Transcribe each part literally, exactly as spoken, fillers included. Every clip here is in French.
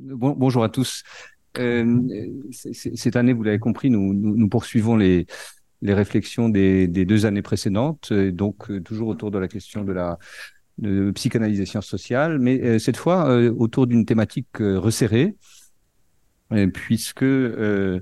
Bon, bonjour à tous. Euh, c- c- cette année, vous l'avez compris, nous, nous, nous poursuivons les, les réflexions des, des deux années précédentes, euh, donc euh, toujours autour de la question de la de psychanalyse et sciences sociales, mais euh, cette fois euh, autour d'une thématique euh, resserrée, euh, puisque euh,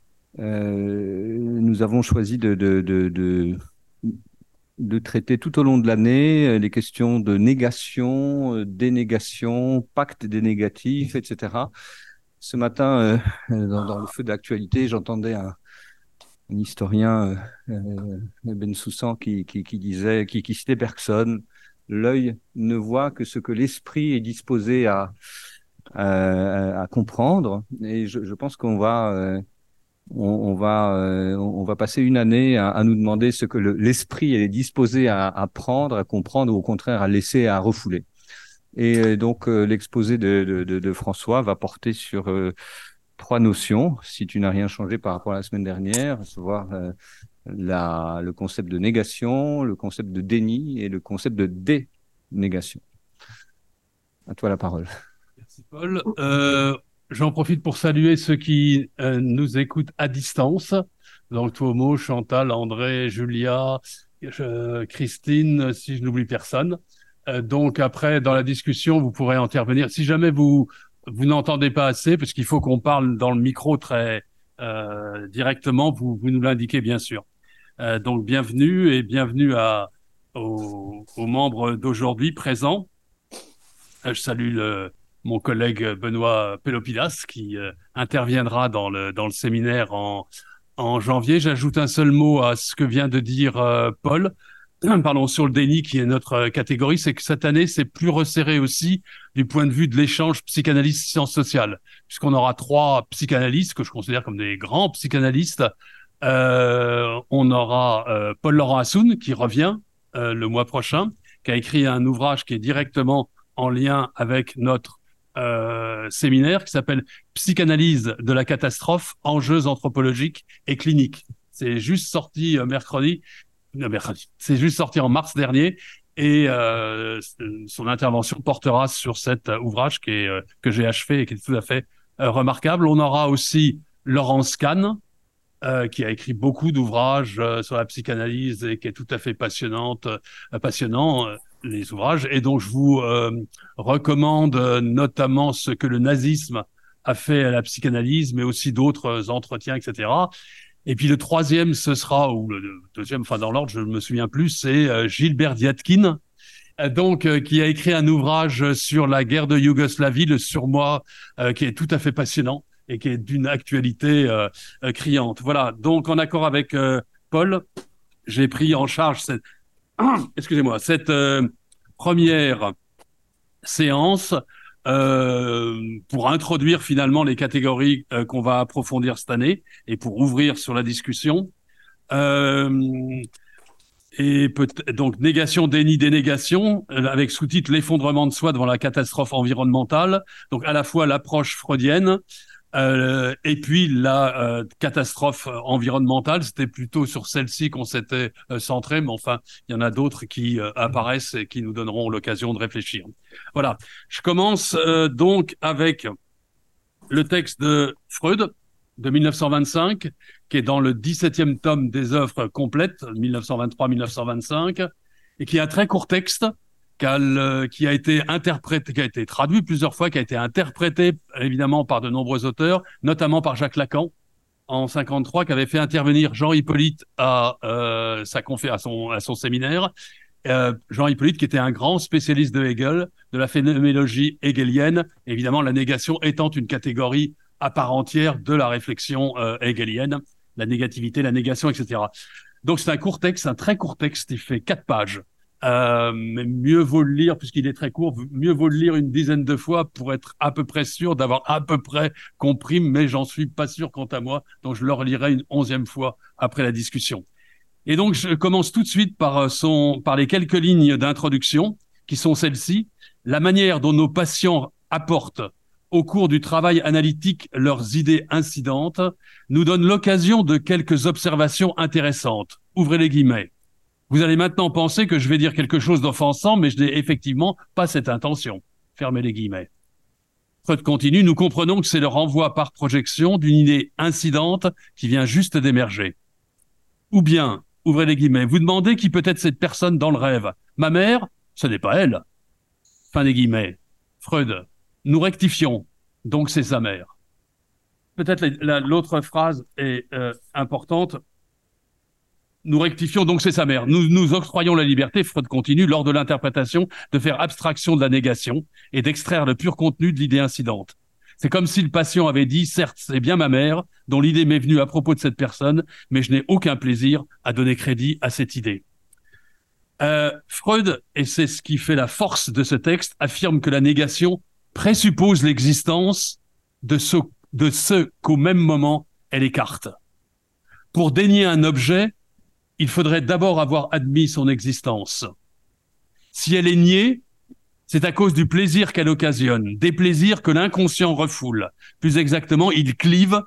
euh, nous avons choisi de, de, de, de, de traiter tout au long de l'année euh, les questions de négation, euh, dénégation, pacte des négatifs, et cetera. Ce matin, euh, dans, dans le feu de l'actualité, j'entendais un, un historien, euh, euh, Ben Soussan, qui, qui, qui disait, qui, qui citait Bergson, l'œil ne voit que ce que l'esprit est disposé à, à, à comprendre. Et je, je pense qu'on va, euh, on, on va, euh, on va passer une année à, à nous demander ce que le- l'esprit est disposé à, à prendre, à comprendre, ou au contraire à laisser, à refouler. Et euh, donc, euh, l'exposé de, de, de, de François va porter sur euh, trois notions, si tu n'as rien changé par rapport à la semaine dernière, à savoir euh, la, le concept de négation, le concept de déni et le concept de dénégation. À toi la parole. Merci Paul. Euh, j'en profite pour saluer ceux qui euh, nous écoutent à distance. Donc Tuomo, Chantal, André, Julia, euh, Christine, si je n'oublie personne. Euh, donc après, dans la discussion, vous pourrez intervenir. Si jamais vous vous n'entendez pas assez, parce qu'il faut qu'on parle dans le micro très euh, directement, vous, vous nous l'indiquez bien sûr. Euh, donc bienvenue et bienvenue à, aux, aux membres d'aujourd'hui présents. Euh, Je salue le, mon collègue Benoît Pelopidas qui euh, interviendra dans le, dans le séminaire en, en janvier. J'ajoute un seul mot à ce que vient de dire euh, Paul. Pardon, sur le déni qui est notre euh, catégorie, c'est que cette année, c'est plus resserré aussi du point de vue de l'échange psychanalyse-sciences sociales, puisqu'on aura trois psychanalystes que je considère comme des grands psychanalystes. Euh, on aura euh, Paul-Laurent Assoun qui revient euh, le mois prochain, qui a écrit un ouvrage qui est directement en lien avec notre euh, séminaire qui s'appelle Psychanalyse de la catastrophe, enjeux anthropologiques et cliniques. C'est juste sorti euh, mercredi, non, mercredi, c'est juste sorti en mars dernier et euh, son intervention portera sur cet euh, ouvrage qui est, euh, que j'ai achevé et qui est tout à fait euh, remarquable. On aura aussi Laurence Kahn, euh, qui a écrit beaucoup d'ouvrages euh, sur la psychanalyse et qui est tout à fait passionnante, euh, passionnant euh, les ouvrages. Et donc je vous euh, recommande euh, notamment ce que le nazisme a fait à la psychanalyse, mais aussi d'autres entretiens, et cetera. Et puis le troisième, ce sera, ou le deuxième, enfin dans l'ordre, je ne me souviens plus, c'est euh, Gilbert Diatkin, euh, donc euh, qui a écrit un ouvrage sur la guerre de Yougoslavie, le surmoi, euh, qui est tout à fait passionnant et qui est d'une actualité euh, euh, criante. Voilà, donc en accord avec euh, Paul, j'ai pris en charge cette, excusez-moi, cette euh, première séance euh, pour introduire finalement les catégories euh, qu'on va approfondir cette année et pour ouvrir sur la discussion. Euh, et peut donc négation, déni, dénégation, euh, avec sous-titre l'effondrement de soi devant la catastrophe environnementale. Donc à la fois l'approche freudienne euh, et puis la euh, catastrophe environnementale. C'était plutôt sur celle-ci qu'on s'était euh, centré, mais enfin il y en a d'autres qui euh, apparaissent et qui nous donneront l'occasion de réfléchir. Voilà. Je commence euh, donc avec le texte de Freud de mille neuf cent vingt-cinq, qui est dans le dix-septième tome des œuvres complètes, mille neuf cent vingt-trois à mille neuf cent vingt-cinq, et qui est un très court texte, qui a, qui a été interprété, qui a été traduit plusieurs fois, qui a été interprété évidemment par de nombreux auteurs, notamment par Jacques Lacan en cinquante-trois, qui avait fait intervenir Jean Hippolyte à, euh, sa confé à, son, à son séminaire. Euh, Jean Hippolyte, qui était un grand spécialiste de Hegel, de la phénoménologie hegelienne, évidemment la négation étant une catégorie à part entière de la réflexion euh, hegelienne, la négativité, la négation, et cetera. Donc c'est un court texte, un très court texte, il fait quatre pages. Euh, mais mieux vaut le lire, puisqu'il est très court, mieux vaut le lire une dizaine de fois pour être à peu près sûr d'avoir à peu près compris, mais j'en suis pas sûr quant à moi, donc je le relirai une onzième fois après la discussion. Et donc, je commence tout de suite par, son, par les quelques lignes d'introduction, qui sont celles-ci. La manière dont nos patients apportent au cours du travail analytique leurs idées incidentes nous donne l'occasion de quelques observations intéressantes. Ouvrez les guillemets. Vous allez maintenant penser que je vais dire quelque chose d'offensant, mais je n'ai effectivement pas cette intention. Fermez les guillemets. Freud continue, nous comprenons que c'est le renvoi par projection d'une idée incidente qui vient juste d'émerger. Ou bien, ouvrez les guillemets, vous demandez qui peut être cette personne dans le rêve. Ma mère, ce n'est pas elle. Fin des guillemets. Freud, nous rectifions, donc c'est sa mère. Peut-être l'autre phrase est euh, importante. Nous rectifions, donc c'est sa mère. Nous nous octroyons la liberté, Freud continue, lors de l'interprétation, de faire abstraction de la négation et d'extraire le pur contenu de l'idée incidente. C'est comme si le patient avait dit, certes, c'est bien ma mère, dont l'idée m'est venue à propos de cette personne, mais je n'ai aucun plaisir à donner crédit à cette idée. Euh, Freud, et c'est ce qui fait la force de ce texte, affirme que la négation présuppose l'existence de ce, de ce qu'au même moment elle écarte. Pour dénier un objet, il faudrait d'abord avoir admis son existence. Si elle est niée, c'est à cause du plaisir qu'elle occasionne, des plaisirs que l'inconscient refoule. Plus exactement, il clive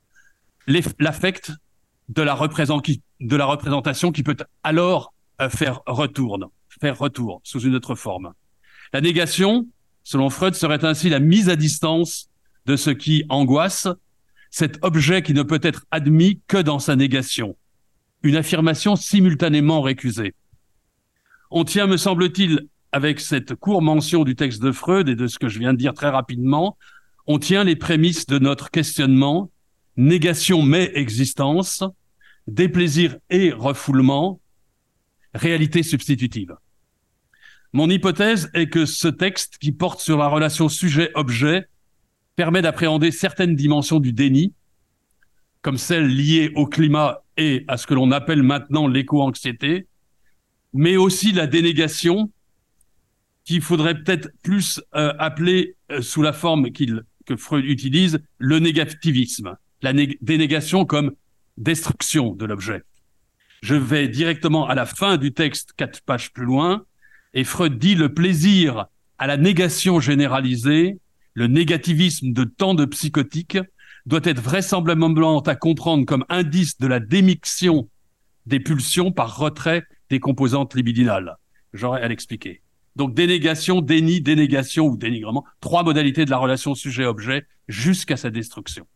l'affect de la, de la représentation qui peut alors faire retour, faire retour sous une autre forme. La négation, selon Freud, serait ainsi la mise à distance de ce qui angoisse, cet objet qui ne peut être admis que dans sa négation. Une affirmation simultanément récusée. On tient, me semble-t-il, avec cette courte mention du texte de Freud et de ce que je viens de dire très rapidement, on tient les prémices de notre questionnement, négation mais existence, déplaisir et refoulement, réalité substitutive. Mon hypothèse est que ce texte qui porte sur la relation sujet-objet permet d'appréhender certaines dimensions du déni, comme celles liées au climat et à ce que l'on appelle maintenant l'éco-anxiété, mais aussi la dénégation, qu'il faudrait peut-être plus euh, appeler, euh, sous la forme qu'il, que Freud utilise, le négativisme, la né- dénégation comme destruction de l'objet. Je vais directement à la fin du texte, quatre pages plus loin, et Freud dit le plaisir à la négation généralisée, le négativisme de tant de psychotiques, doit être vraisemblablement à comprendre comme indice de la démixion des pulsions par retrait des composantes libidinales. J'aurai à l'expliquer. Donc dénégation, déni, dénégation ou dénigrement, trois modalités de la relation sujet-objet jusqu'à sa destruction.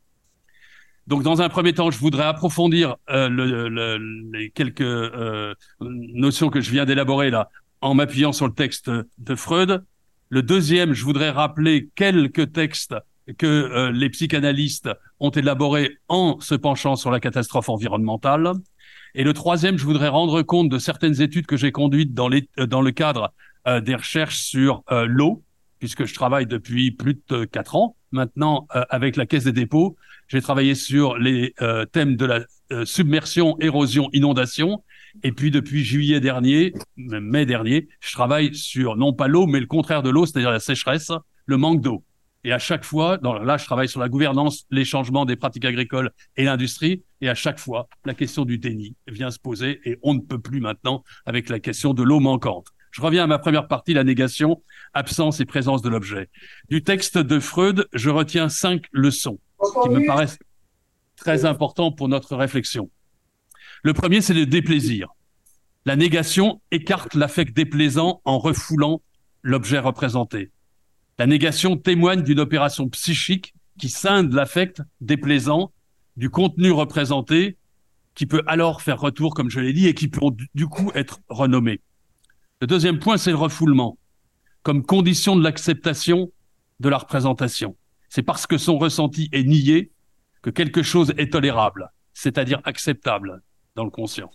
Donc dans un premier temps, je voudrais approfondir euh, le, le, les quelques euh, notions que je viens d'élaborer là en m'appuyant sur le texte de Freud. Le deuxième, je voudrais rappeler quelques textes que euh, les psychanalystes ont élaborés en se penchant sur la catastrophe environnementale. Et le troisième, je voudrais rendre compte de certaines études que j'ai conduites dans, les, dans le cadre euh, des recherches sur euh, l'eau, puisque je travaille depuis plus de quatre ans maintenant euh, avec la Caisse des dépôts. J'ai travaillé sur les euh, thèmes de la euh, submersion, érosion, inondation. Et puis depuis juillet dernier, mai dernier, je travaille sur non pas l'eau, mais le contraire de l'eau, c'est-à-dire la sécheresse, le manque d'eau. Et à chaque fois, dans, là, je travaille sur la gouvernance, les changements des pratiques agricoles et l'industrie. Et à chaque fois, la question du déni vient se poser et on ne peut plus maintenant avec la question de l'eau manquante. Je reviens à ma première partie, la négation, absence et présence de l'objet. Du texte de Freud, je retiens cinq leçons qui me paraissent très importantes pour notre réflexion. Le premier, c'est le déplaisir. La négation écarte l'affect déplaisant en refoulant l'objet représenté. La négation témoigne d'une opération psychique qui scinde l'affect déplaisant du contenu représenté, qui peut alors faire retour, comme je l'ai dit, et qui peut du coup être renommé. Le deuxième point, c'est le refoulement, comme condition de l'acceptation de la représentation. C'est parce que son ressenti est nié que quelque chose est tolérable, c'est-à-dire acceptable dans le conscient.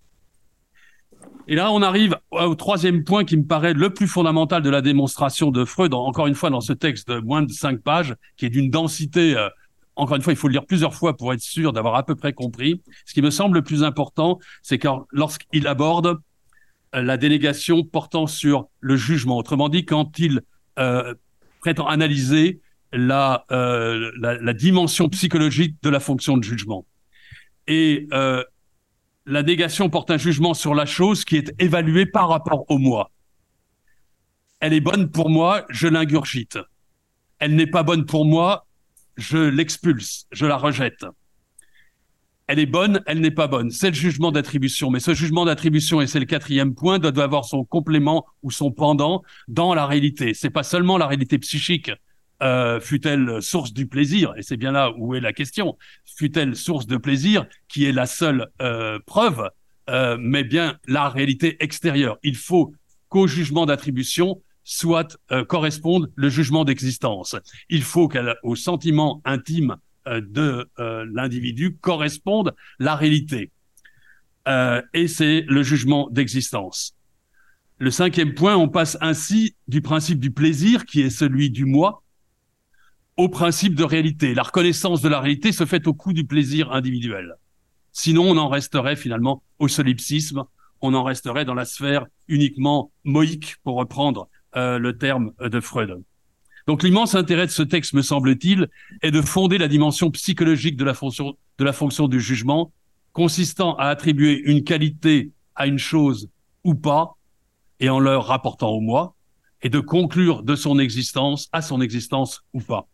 Et là, on arrive au troisième point qui me paraît le plus fondamental de la démonstration de Freud, encore une fois dans ce texte de moins de cinq pages, qui est d'une densité, euh, encore une fois, il faut le lire plusieurs fois pour être sûr d'avoir à peu près compris. Ce qui me semble le plus important, c'est que lorsqu'il aborde euh, la dénégation portant sur le jugement, autrement dit, quand il euh, prétend analyser la, euh, la, la dimension psychologique de la fonction de jugement. Et euh, la négation porte un jugement sur la chose qui est évaluée par rapport au moi. Elle est bonne pour moi, je l'ingurgite. Elle n'est pas bonne pour moi, je l'expulse, je la rejette. Elle est bonne, elle n'est pas bonne. C'est le jugement d'attribution. Mais ce jugement d'attribution, et c'est le quatrième point, doit avoir son complément ou son pendant dans la réalité. C'est pas seulement la réalité psychique euh, fût-elle source du plaisir, et c'est bien là où est la question, fût-elle source de plaisir, qui est la seule euh, preuve, euh, mais bien la réalité extérieure. Il faut qu'au jugement d'attribution soit euh, corresponde le jugement d'existence. Il faut qu'au sentiment intime euh, de euh, l'individu corresponde la réalité. Euh, et c'est le jugement d'existence. Le cinquième point, on passe ainsi du principe du plaisir, qui est celui du moi, au principe de réalité. La reconnaissance de la réalité se fait au coût du plaisir individuel. Sinon, on en resterait finalement au solipsisme, on en resterait dans la sphère uniquement moïque, pour reprendre euh, le terme de Freud. Donc l'immense intérêt de ce texte, me semble-t-il, est de fonder la dimension psychologique de la fonction, de la fonction du jugement, consistant à attribuer une qualité à une chose ou pas, et en leur rapportant au moi, et de conclure de son existence à son existence ou pas.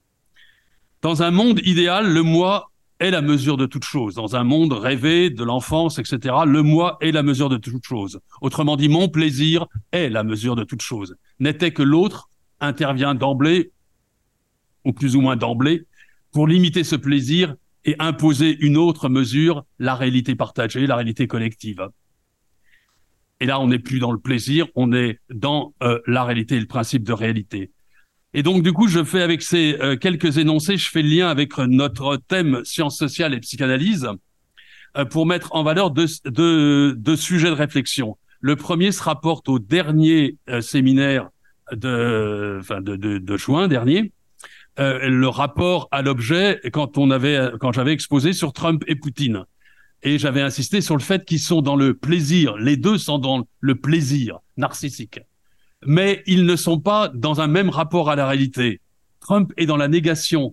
Dans un monde idéal, le moi est la mesure de toute chose. Dans un monde rêvé de l'enfance, et cetera, le moi est la mesure de toute chose. Autrement dit, mon plaisir est la mesure de toute chose. N'était que l'autre intervient d'emblée, ou plus ou moins d'emblée, pour limiter ce plaisir et imposer une autre mesure, la réalité partagée, la réalité collective. Et là, on n'est plus dans le plaisir, on est dans euh, la réalité, le principe de réalité. Et donc, du coup, je fais avec ces euh, quelques énoncés, je fais le lien avec notre thème sciences sociales et psychanalyse euh, pour mettre en valeur deux, deux, deux sujets de réflexion. Le premier se rapporte au dernier euh, séminaire de, enfin de, de, de juin dernier, euh, le rapport à l'objet quand on avait, quand j'avais exposé sur Trump et Poutine. Et j'avais insisté sur le fait qu'ils sont dans le plaisir. Les deux sont dans le plaisir narcissique. Mais ils ne sont pas dans un même rapport à la réalité. Trump est dans la négation,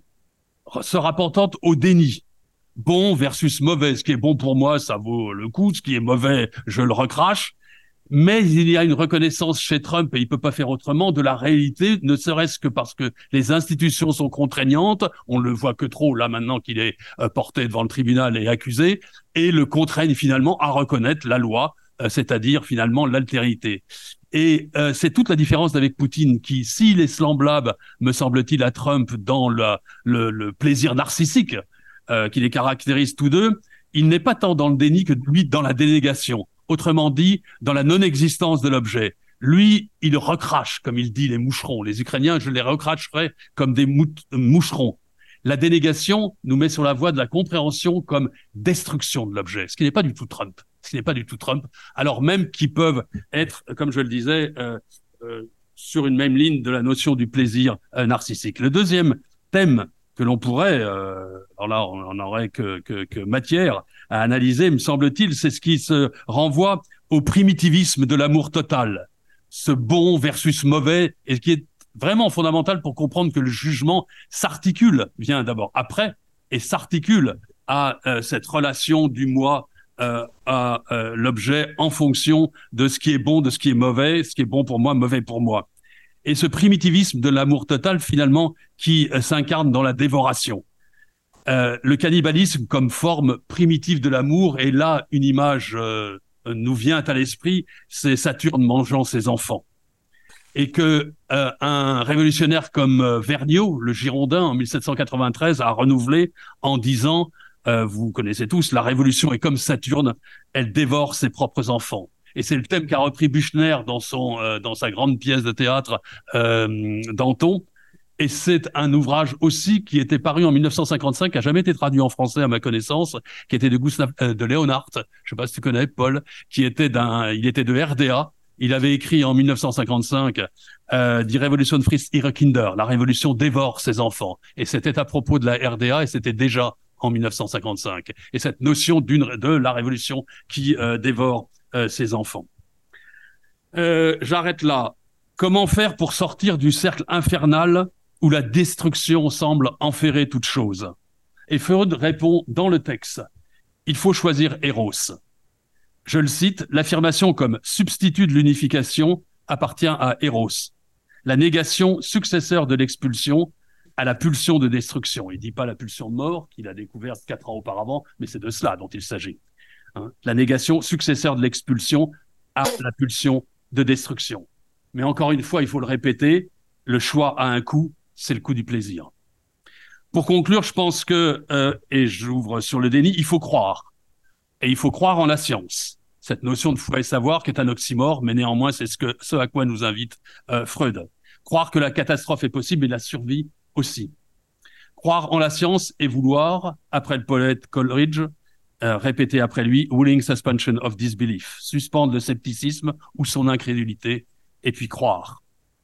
se rapportant au déni. Bon versus mauvais. Ce qui est bon pour moi, ça vaut le coup. Ce qui est mauvais, je le recrache. Mais il y a une reconnaissance chez Trump, et il peut pas faire autrement, de la réalité, ne serait-ce que parce que les institutions sont contraignantes. On le voit que trop là maintenant qu'il est euh, porté devant le tribunal et accusé, et le contraignent finalement à reconnaître la loi, euh, c'est-à-dire finalement l'altérité. Et euh, c'est toute la différence avec Poutine, qui, s'il est semblable, me semble-t-il, à Trump dans le, le, le plaisir narcissique euh, qui les caractérise tous deux, il n'est pas tant dans le déni que lui dans la dénégation. Autrement dit, dans la non-existence de l'objet. Lui, il recrache, comme il dit, les moucherons. Les Ukrainiens, je les recracherais comme des mou moucherons. La dénégation nous met sur la voie de la compréhension comme destruction de l'objet, ce qui n'est pas du tout Trump. Ce qui n'est pas du tout Trump, alors même qu'ils peuvent être, comme je le disais, euh, euh, sur une même ligne de la notion du plaisir euh, narcissique. Le deuxième thème que l'on pourrait, euh, alors là, on n'aurait que, que, que matière à analyser, me semble-t-il, c'est ce qui se renvoie au primitivisme de l'amour total, ce bon versus mauvais, et ce qui est vraiment fondamental pour comprendre que le jugement s'articule, vient d'abord après, et s'articule à euh, cette relation du moi euh, à euh, l'objet en fonction de ce qui est bon, de ce qui est mauvais, ce qui est bon pour moi, mauvais pour moi. Et ce primitivisme de l'amour total, finalement, qui euh, s'incarne dans la dévoration. Euh, le cannibalisme comme forme primitive de l'amour, et là, une image euh, nous vient à l'esprit, c'est Saturne mangeant ses enfants. Et que euh, un révolutionnaire comme euh, Vergniaud, le Girondin, en mille sept cent quatre-vingt-treize, a renouvelé en disant, euh, vous connaissez tous, la révolution est comme Saturne, elle dévore ses propres enfants. Et c'est le thème qu'a repris Büchner dans son euh, dans sa grande pièce de théâtre euh, Danton. Et c'est un ouvrage aussi qui était paru en mille neuf cent cinquante-cinq, qui a jamais été traduit en français à ma connaissance, qui était de Gustave euh, de Leonhardt. Je sais pas si tu connais Paul, qui était d'un, il était de R D A. Il avait écrit en mille neuf cent cinquante-cinq euh, Die Revolution frisst ihre Kinder, la révolution dévore ses enfants. Et c'était à propos de la R D A, et c'était déjà en mille neuf cent cinquante-cinq. Et cette notion d'une de la révolution qui euh, dévore Euh, ses enfants. Euh, J'arrête là. Comment faire pour sortir du cercle infernal où la destruction semble enferrer toute chose? Et Freud répond dans le texte, il faut choisir Eros. Je le cite, l'affirmation comme substitut de l'unification appartient à Eros, la négation successeur de l'expulsion à la pulsion de destruction. Il ne dit pas la pulsion de mort qu'il a découverte quatre ans auparavant, mais c'est de cela dont il s'agit. Hein, la négation successeur de l'expulsion à la pulsion de destruction. Mais encore une fois, il faut le répéter, le choix a un coût, c'est le coût du plaisir. Pour conclure, je pense que, euh, et j'ouvre sur le déni, il faut croire. Et il faut croire en la science. Cette notion de foi et savoir qui est un oxymore, mais néanmoins, c'est ce, que, ce à quoi nous invite euh, Freud. Croire que la catastrophe est possible et la survie aussi. Croire en la science et vouloir, après le poète Coleridge, euh, répéter après lui, willing suspension of disbelief, suspendre le scepticisme ou son incrédulité, et puis croire.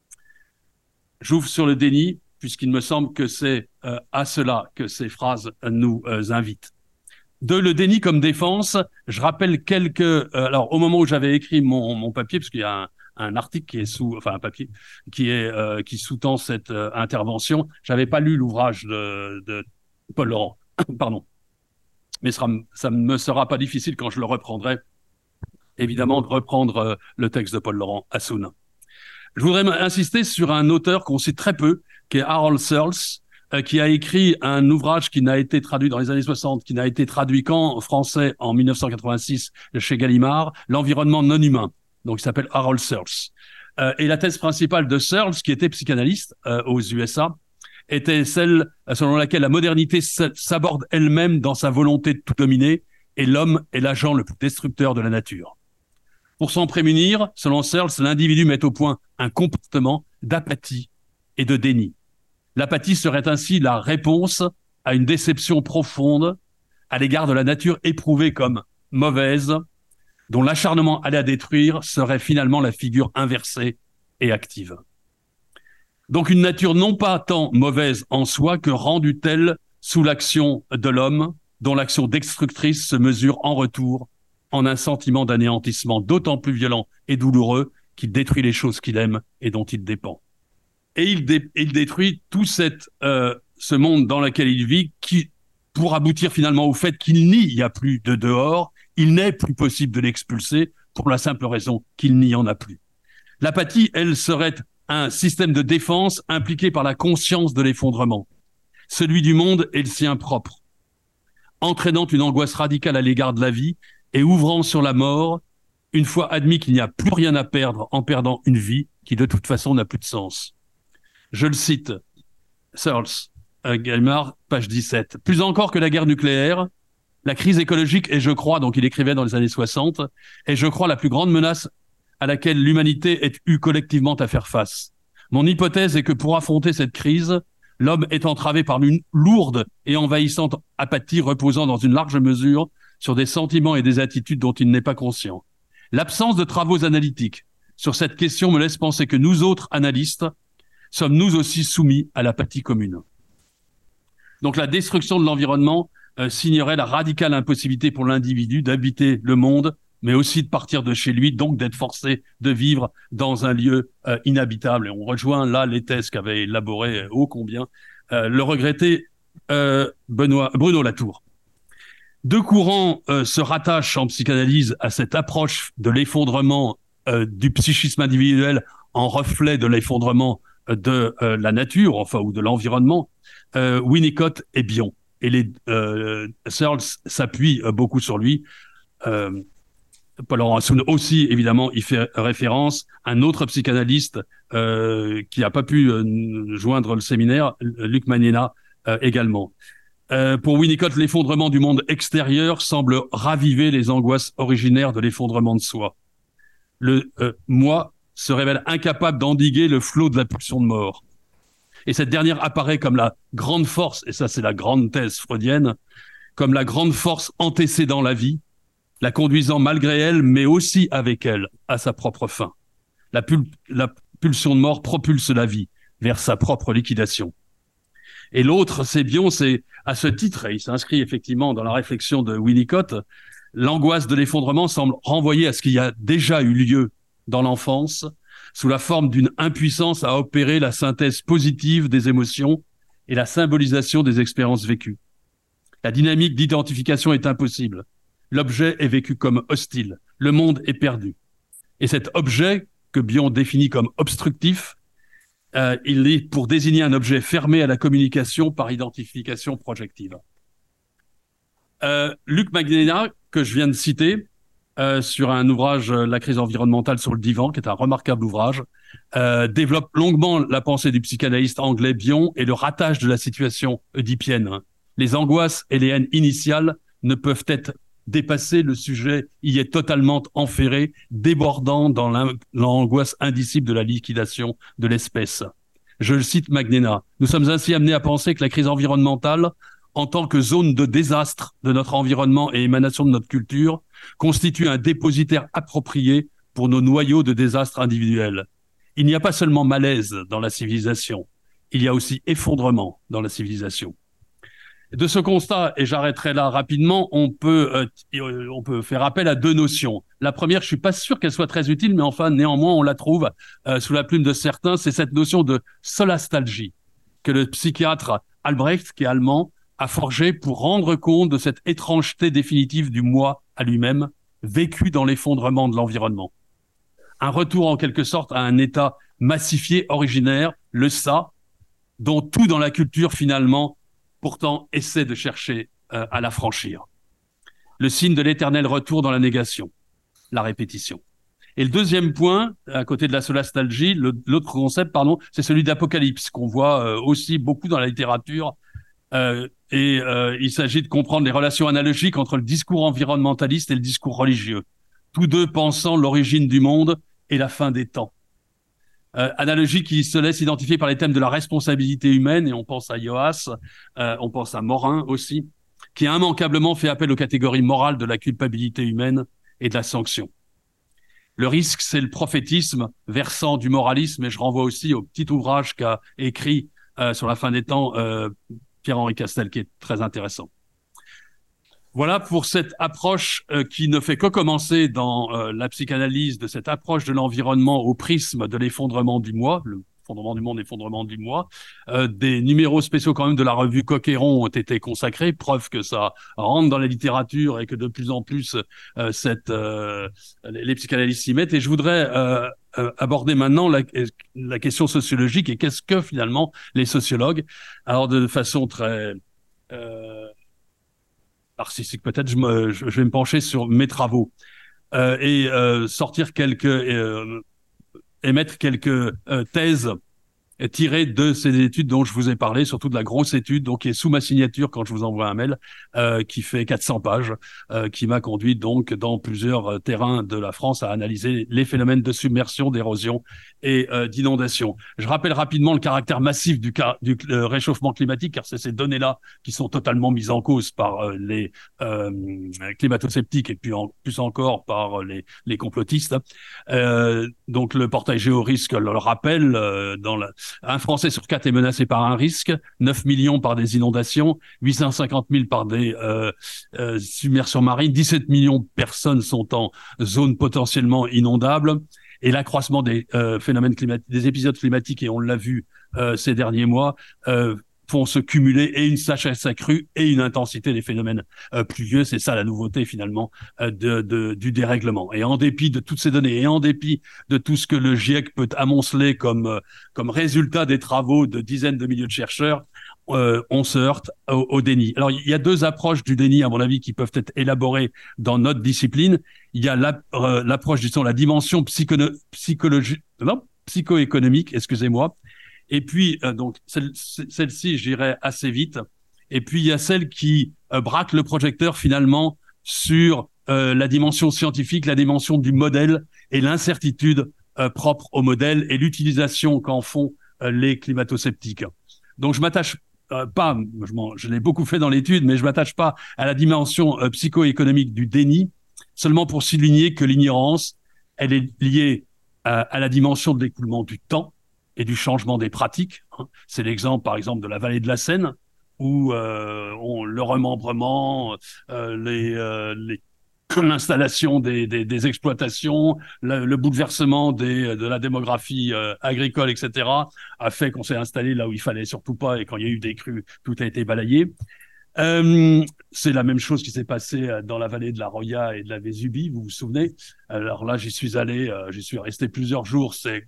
J'ouvre sur le déni, puisqu'il me semble que c'est euh, à cela que ces phrases nous euh, invitent. De le déni comme défense, je rappelle quelques... Euh, alors, au moment où j'avais écrit mon, mon papier, parce qu'il y a un, un article qui est sous... Enfin, un papier qui est euh, qui sous-tend cette euh, intervention, j'avais pas lu l'ouvrage de, de Paul Laurent. Pardon. Mais ça, ça ne me sera pas difficile quand je le reprendrai, évidemment, de reprendre euh, le texte de Paul Laurent Assoun. Je voudrais insister sur un auteur qu'on cite très peu, qui est Harold Searles, euh, qui a écrit un ouvrage qui n'a été traduit dans les années soixante, qui n'a été traduit qu'en français en mille neuf cent quatre-vingt-six chez Gallimard, L'environnement non humain. Donc, il s'appelle Harold Searles. Euh, et la thèse principale de Searles, qui était psychanalyste euh, aux U S A, était celle selon laquelle la modernité s'aborde elle-même dans sa volonté de tout dominer et l'homme est l'agent le plus destructeur de la nature. Pour s'en prémunir, selon Searles, l'individu met au point un comportement d'apathie et de déni. L'apathie serait ainsi la réponse à une déception profonde à l'égard de la nature éprouvée comme mauvaise, dont l'acharnement à la détruire serait finalement la figure inversée et active. Donc une nature non pas tant mauvaise en soi que rendue telle sous l'action de l'homme, dont l'action destructrice se mesure en retour en un sentiment d'anéantissement d'autant plus violent et douloureux qu'il détruit les choses qu'il aime et dont il dépend. Et il, dé- il détruit tout cette, euh, ce monde dans lequel il vit, qui, pour aboutir finalement au fait qu'il n'y a plus de dehors, il n'est plus possible de l'expulser pour la simple raison qu'il n'y en a plus. L'apathie, elle, serait un système de défense impliqué par la conscience de l'effondrement, celui du monde et le sien propre, entraînant une angoisse radicale à l'égard de la vie et ouvrant sur la mort, une fois admis qu'il n'y a plus rien à perdre en perdant une vie qui de toute façon n'a plus de sens. Je le cite, Searles, euh, Gallimard, page dix-sept. Plus encore que la guerre nucléaire, la crise écologique est, je crois, donc il écrivait dans les années soixante, est, je crois, la plus grande menace à laquelle l'humanité ait eu collectivement à faire face. Mon hypothèse est que pour affronter cette crise, l'homme est entravé par une lourde et envahissante apathie reposant dans une large mesure sur des sentiments et des attitudes dont il n'est pas conscient. L'absence de travaux analytiques sur cette question me laisse penser que nous autres analystes sommes nous aussi soumis à l'apathie commune. Donc la destruction de l'environnement euh, signerait la radicale impossibilité pour l'individu d'habiter le monde, mais aussi de partir de chez lui, donc d'être forcé de vivre dans un lieu euh, inhabitable. Et on rejoint là les thèses qu'avait élaborées ô combien euh, le regretté euh, Benoît, Bruno Latour. Deux courants euh, se rattachent en psychanalyse à cette approche de l'effondrement euh, du psychisme individuel en reflet de l'effondrement de euh, la nature, enfin, ou de l'environnement, euh, Winnicott et Bion. Et les euh, Searles s'appuie euh, beaucoup sur lui. Euh, Paul Laurent Assoun aussi, évidemment, il fait référence. Un autre psychanalyste euh, qui n'a pas pu euh, joindre le séminaire, Luc Manena, euh, également. Euh, pour Winnicott, l'effondrement du monde extérieur semble raviver les angoisses originaires de l'effondrement de soi. Le euh, moi se révèle incapable d'endiguer le flot de la pulsion de mort. Et cette dernière apparaît comme la grande force, et ça c'est la grande thèse freudienne, comme la grande force antécédant la vie, la conduisant malgré elle, mais aussi avec elle, à sa propre fin. La, pul- la pulsion de mort propulse la vie vers sa propre liquidation. Et l'autre, c'est Bion, c'est à ce titre, et il s'inscrit effectivement dans la réflexion de Winnicott, l'angoisse de l'effondrement semble renvoyer à ce qui a déjà eu lieu dans l'enfance, sous la forme d'une impuissance à opérer la synthèse positive des émotions et la symbolisation des expériences vécues. La dynamique d'identification est impossible. L'objet est vécu comme hostile. Le monde est perdu. Et cet objet, que Bion définit comme obstructif, euh, il est pour désigner un objet fermé à la communication par identification projective. Euh, Luc Manena, que je viens de citer, euh, sur un ouvrage, euh, La crise environnementale sur le divan, qui est un remarquable ouvrage, euh, développe longuement la pensée du psychanalyste anglais Bion et le ratage de la situation oedipienne. Les angoisses et les haines initiales ne peuvent être dépassées, le sujet y est totalement enferré, débordant dans l'angoisse indicible de la liquidation de l'espèce. Je cite Magnéna, « Nous sommes ainsi amenés à penser que la crise environnementale, en tant que zone de désastre de notre environnement et émanation de notre culture, constitue un dépositaire approprié pour nos noyaux de désastre individuels. Il n'y a pas seulement malaise dans la civilisation, il y a aussi effondrement dans la civilisation. » De ce constat, et j'arrêterai là rapidement, on peut, euh, on peut faire appel à deux notions. La première, je suis pas sûr qu'elle soit très utile, mais enfin, néanmoins, on la trouve euh, sous la plume de certains, c'est cette notion de solastalgie que le psychiatre Albrecht, qui est allemand, a forgé pour rendre compte de cette étrangeté définitive du moi à lui-même, vécu dans l'effondrement de l'environnement. Un retour en quelque sorte à un état massifié, originaire, le ça, dont tout dans la culture finalement pourtant essaie de chercher euh, à l'affranchir. Le signe de l'éternel retour dans la négation, la répétition. Et le deuxième point, à côté de la solastalgie, l'autre concept, pardon, c'est celui d'apocalypse, qu'on voit euh, aussi beaucoup dans la littérature. Euh, et euh, il s'agit de comprendre les relations analogiques entre le discours environnementaliste et le discours religieux, tous deux pensant l'origine du monde et la fin des temps. Euh, analogie qui se laisse identifier par les thèmes de la responsabilité humaine, et on pense à Joas, euh, on pense à Morin aussi, qui a immanquablement fait appel aux catégories morales de la culpabilité humaine et de la sanction. Le risque, c'est le prophétisme versant du moralisme, et je renvoie aussi au petit ouvrage qu'a écrit euh, sur la fin des temps euh, Pierre-Henri Castel, qui est très intéressant. Voilà pour cette approche euh, qui ne fait que commencer dans euh, la psychanalyse de cette approche de l'environnement au prisme de l'effondrement du moi, le effondrement du monde, effondrement du moi. Euh, des numéros spéciaux quand même de la revue Coquéron ont été consacrés, preuve que ça rentre dans la littérature et que de plus en plus euh, cette, euh, les psychanalystes s'y mettent. Et je voudrais euh, euh, aborder maintenant la, la question sociologique et qu'est-ce que finalement les sociologues. Alors de façon très... Euh, narcissique peut-être, je, me, je vais me pencher sur mes travaux euh, et euh, sortir quelques, euh, émettre quelques euh, thèses tirées de ces études dont je vous ai parlé, surtout de la grosse étude, donc qui est sous ma signature quand je vous envoie un mail, euh, qui fait quatre cents pages, euh, qui m'a conduit donc dans plusieurs terrains de la France à analyser les phénomènes de submersion, d'érosion et euh, d'inondation. Je rappelle rapidement le caractère massif du, du euh, réchauffement climatique, car c'est ces données-là qui sont totalement mises en cause par euh, les euh, climato-sceptiques et puis en, plus encore par les, les complotistes. Euh, donc le portail Géorisque le rappelle, euh, dans la, un Français sur quatre est menacé par un risque, neuf millions par des inondations, huit cent cinquante mille par des euh, euh, submersions marines, dix-sept millions de personnes sont en zone potentiellement inondable. Et l'accroissement des euh, phénomènes climatiques, des épisodes climatiques, et on l'a vu euh, ces derniers mois, euh, font se cumuler et une sécheresse accrue et une intensité des phénomènes euh, pluvieux. C'est ça la nouveauté finalement euh, de, de, du dérèglement. Et en dépit de toutes ces données et en dépit de tout ce que le GIEC peut amonceler comme, euh, comme résultat des travaux de dizaines de milliers de chercheurs, Euh, on se heurte au, au déni. Alors, il y a deux approches du déni, à mon avis, qui peuvent être élaborées dans notre discipline. Il y a l'approche, euh, disons, la dimension psychologique, non, psycho-économique, excusez-moi. Et puis, euh, donc, celle, celle-ci, je dirais, assez vite. Et puis, il y a celle qui euh, braque le projecteur, finalement, sur euh, la dimension scientifique, la dimension du modèle et l'incertitude euh, propre au modèle et l'utilisation qu'en font euh, les climato-sceptiques. Donc, je m'attache Euh, pas, je, je l'ai beaucoup fait dans l'étude, mais je m'attache pas à la dimension euh, psycho-économique du déni, seulement pour souligner que l'ignorance, elle est liée à, à la dimension de l'écoulement du temps et du changement des pratiques. Hein. C'est l'exemple, par exemple, de la vallée de la Seine, où euh, on, le remembrement, euh, les, euh, les l'installation des, des, des exploitations, le, le bouleversement des, de la démographie euh, agricole, et cetera, a fait qu'on s'est installé là où il fallait surtout pas, et quand il y a eu des crues, tout a été balayé. Euh, c'est la même chose qui s'est passée dans la vallée de la Roya et de la Vésubie, vous vous souvenez. Alors là, j'y suis allé, euh, j'y suis resté plusieurs jours, c'est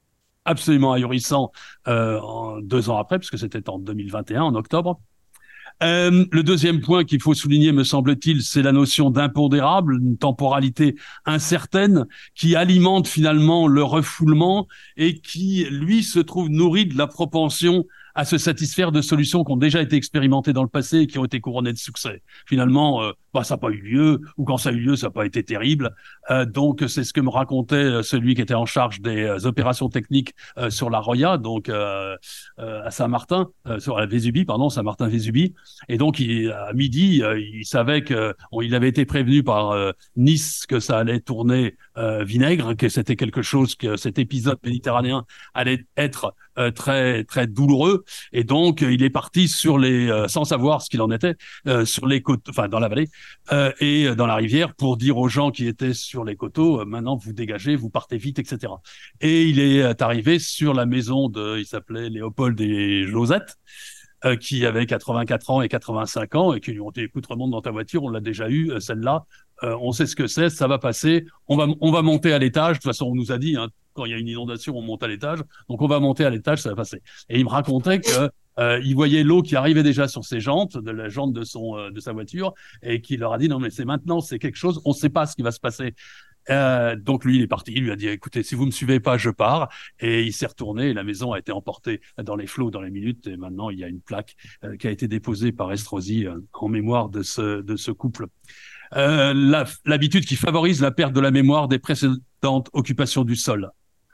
absolument ahurissant euh, en deux ans après, puisque c'était en deux mille vingt et un, en octobre. Euh, le deuxième point qu'il faut souligner, me semble-t-il, c'est la notion d'impondérable, une temporalité incertaine qui alimente finalement le refoulement et qui, lui, se trouve nourri de la propension à se satisfaire de solutions qui ont déjà été expérimentées dans le passé et qui ont été couronnées de succès. Finalement, euh, bah, ça n'a pas eu lieu, ou quand ça a eu lieu, ça n'a pas été terrible. Euh, donc, c'est ce que me racontait celui qui était en charge des euh, opérations techniques euh, sur la Roya, donc euh, euh, à Saint-Martin, euh, sur la Vésubie, pardon, Saint-Martin-Vésubie. Et donc, il, à midi, euh, il savait que on, il avait été prévenu par euh, Nice que ça allait tourner euh, vinaigre, que c'était quelque chose, que cet épisode méditerranéen allait être euh, très très douloureux. Et donc, il est parti sur les, euh, sans savoir ce qu'il en était, euh, sur les côtes, enfin dans la vallée euh, et dans la rivière, pour dire aux gens qui étaient sur les coteaux, euh, maintenant vous dégagez, vous partez vite, et cetera. Et il est arrivé sur la maison de, il s'appelait Léopold et Josette, euh, qui avait quatre-vingt-quatre ans et quatre-vingt-cinq ans, et qui lui ont dit, écoute, remonte dans ta voiture, on l'a déjà eu, celle-là, euh, on sait ce que c'est, ça va passer, on va, on va monter à l'étage, de toute façon, on nous a dit, hein, quand il y a une inondation, on monte à l'étage, donc on va monter à l'étage, ça va passer. Et il me racontait que euh, il voyait l'eau qui arrivait déjà sur ses jantes, de la jante de son, euh, de sa voiture, et qu'il leur a dit, non, mais c'est maintenant, c'est quelque chose, on ne sait pas ce qui va se passer. Euh, donc lui, il est parti. Il lui a dit, écoutez, si vous me suivez pas, je pars. Et il s'est retourné. Et la maison a été emportée dans les flots, dans les minutes. Et maintenant, il y a une plaque euh, qui a été déposée par Estrosi euh, en mémoire de ce de ce couple. Euh, la, l'habitude qui favorise la perte de la mémoire des précédentes occupations du sol.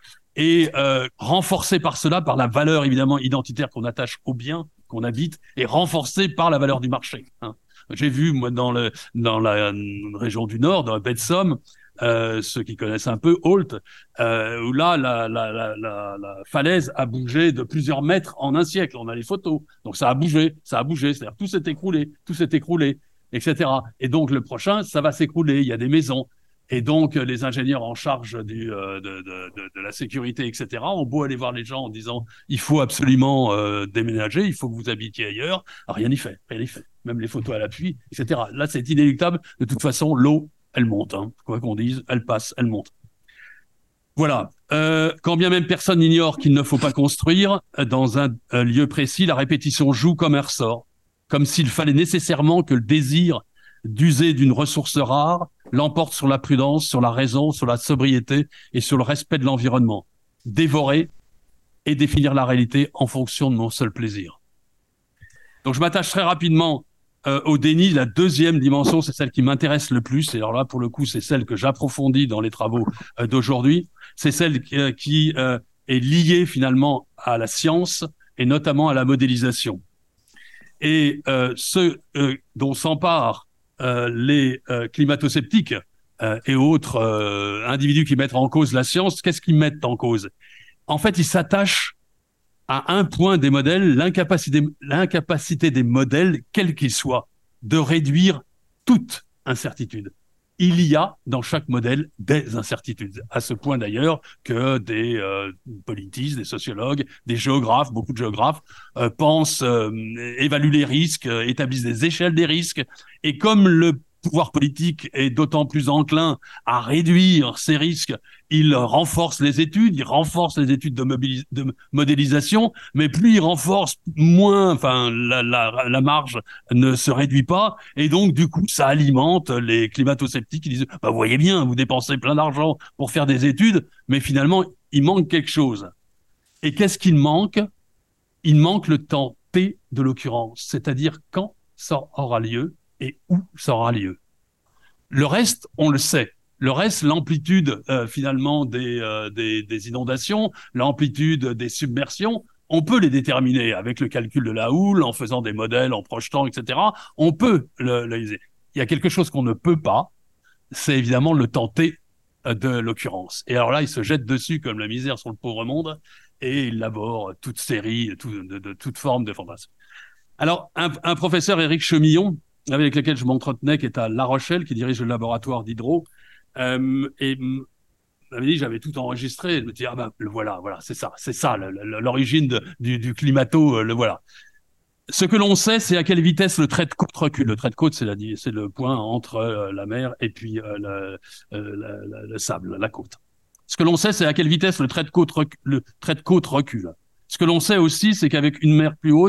Et euh, renforcée par cela, par la valeur évidemment identitaire qu'on attache au bien qu'on habite, et renforcée par la valeur du marché. Hein. J'ai vu moi dans le dans la région du Nord, dans la baie de Somme, euh, ceux qui connaissent un peu Holt, euh, où là la, la, la, la, la falaise a bougé de plusieurs mètres en un siècle. On a les photos, donc ça a bougé, ça a bougé, c'est-à-dire tout s'est écroulé, tout s'est écroulé, et cetera. Et donc le prochain, ça va s'écrouler. Il y a des maisons. Et donc, les ingénieurs en charge du, euh, de, de, de, de la sécurité, et cetera, ont beau aller voir les gens en disant « il faut absolument euh, déménager, il faut que vous habitiez ailleurs », rien n'y fait, rien n'y fait. Même les photos à l'appui, et cetera. Là, c'est inéluctable. De toute façon, l'eau, elle monte. Hein. Quoi qu'on dise, elle passe, elle monte. Voilà. Euh, quand bien même personne n'ignore qu'il ne faut pas construire, dans un, un lieu précis, la répétition joue comme un ressort, comme s'il fallait nécessairement que le désir d'user d'une ressource rare l'emporte sur la prudence, sur la raison, sur la sobriété et sur le respect de l'environnement. Dévorer et définir la réalité en fonction de mon seul plaisir. Donc je m'attache très rapidement euh, au déni. La deuxième dimension, c'est celle qui m'intéresse le plus. Et alors là, pour le coup, c'est celle que j'approfondis dans les travaux euh, d'aujourd'hui. C'est celle qui, euh, qui euh, est liée finalement à la science et notamment à la modélisation. Et euh, ce euh, dont s'emparent Euh, les euh, climato-sceptiques euh, et autres euh, individus qui mettent en cause la science, qu'est-ce qu'ils mettent en cause? En fait, ils s'attachent à un point des modèles, l'incapacité, l'incapacité des modèles, quels qu'ils soient, de réduire toute incertitude. Il y a dans chaque modèle des incertitudes, à ce point d'ailleurs que des euh, politistes, des sociologues, des géographes, beaucoup de géographes euh, pensent, euh, évaluent les risques, euh, établissent des échelles des risques, et comme le pouvoir politique est d'autant plus enclin à réduire ces risques, il renforce les études, il renforce les études de, mobilis- de modélisation, mais plus il renforce, moins, enfin, la, la, la marge ne se réduit pas, et donc, du coup, ça alimente les climato-sceptiques qui disent, bah, vous voyez bien, vous dépensez plein d'argent pour faire des études, mais finalement, il manque quelque chose. Et qu'est-ce qu'il manque? Il manque le temps T de l'occurrence, c'est-à-dire quand ça aura lieu, et où ça aura lieu. Le reste, on le sait. Le reste, l'amplitude euh, finalement des, euh, des, des inondations, l'amplitude des submersions, on peut les déterminer avec le calcul de la houle, en faisant des modèles, en projetant, et cetera. On peut le, le Il y a quelque chose qu'on ne peut pas, c'est évidemment le temps T de l'occurrence. Et alors là, il se jette dessus comme la misère sur le pauvre monde et il élabore toute série, tout, de, de, de toute forme de fantasme. Alors, un, un professeur, Éric Chemillon, avec lequel je m'entretenais, qui est à La Rochelle, qui dirige le laboratoire d'hydro, euh, et m'avait dit, j'avais tout enregistré, je me dis, ah ben, le voilà, voilà, c'est ça, c'est ça, le, le, l'origine de, du, du climato, le voilà. Ce que l'on sait, c'est à quelle vitesse le trait de côte recule. Le trait de côte, c'est, la, c'est le point entre euh, la mer et puis euh, le, euh, la, la, le sable, la côte. Ce que l'on sait, c'est à quelle vitesse le trait de côte, recule, le trait de côte recule. Ce que l'on sait aussi, c'est qu'avec une mer plus haute,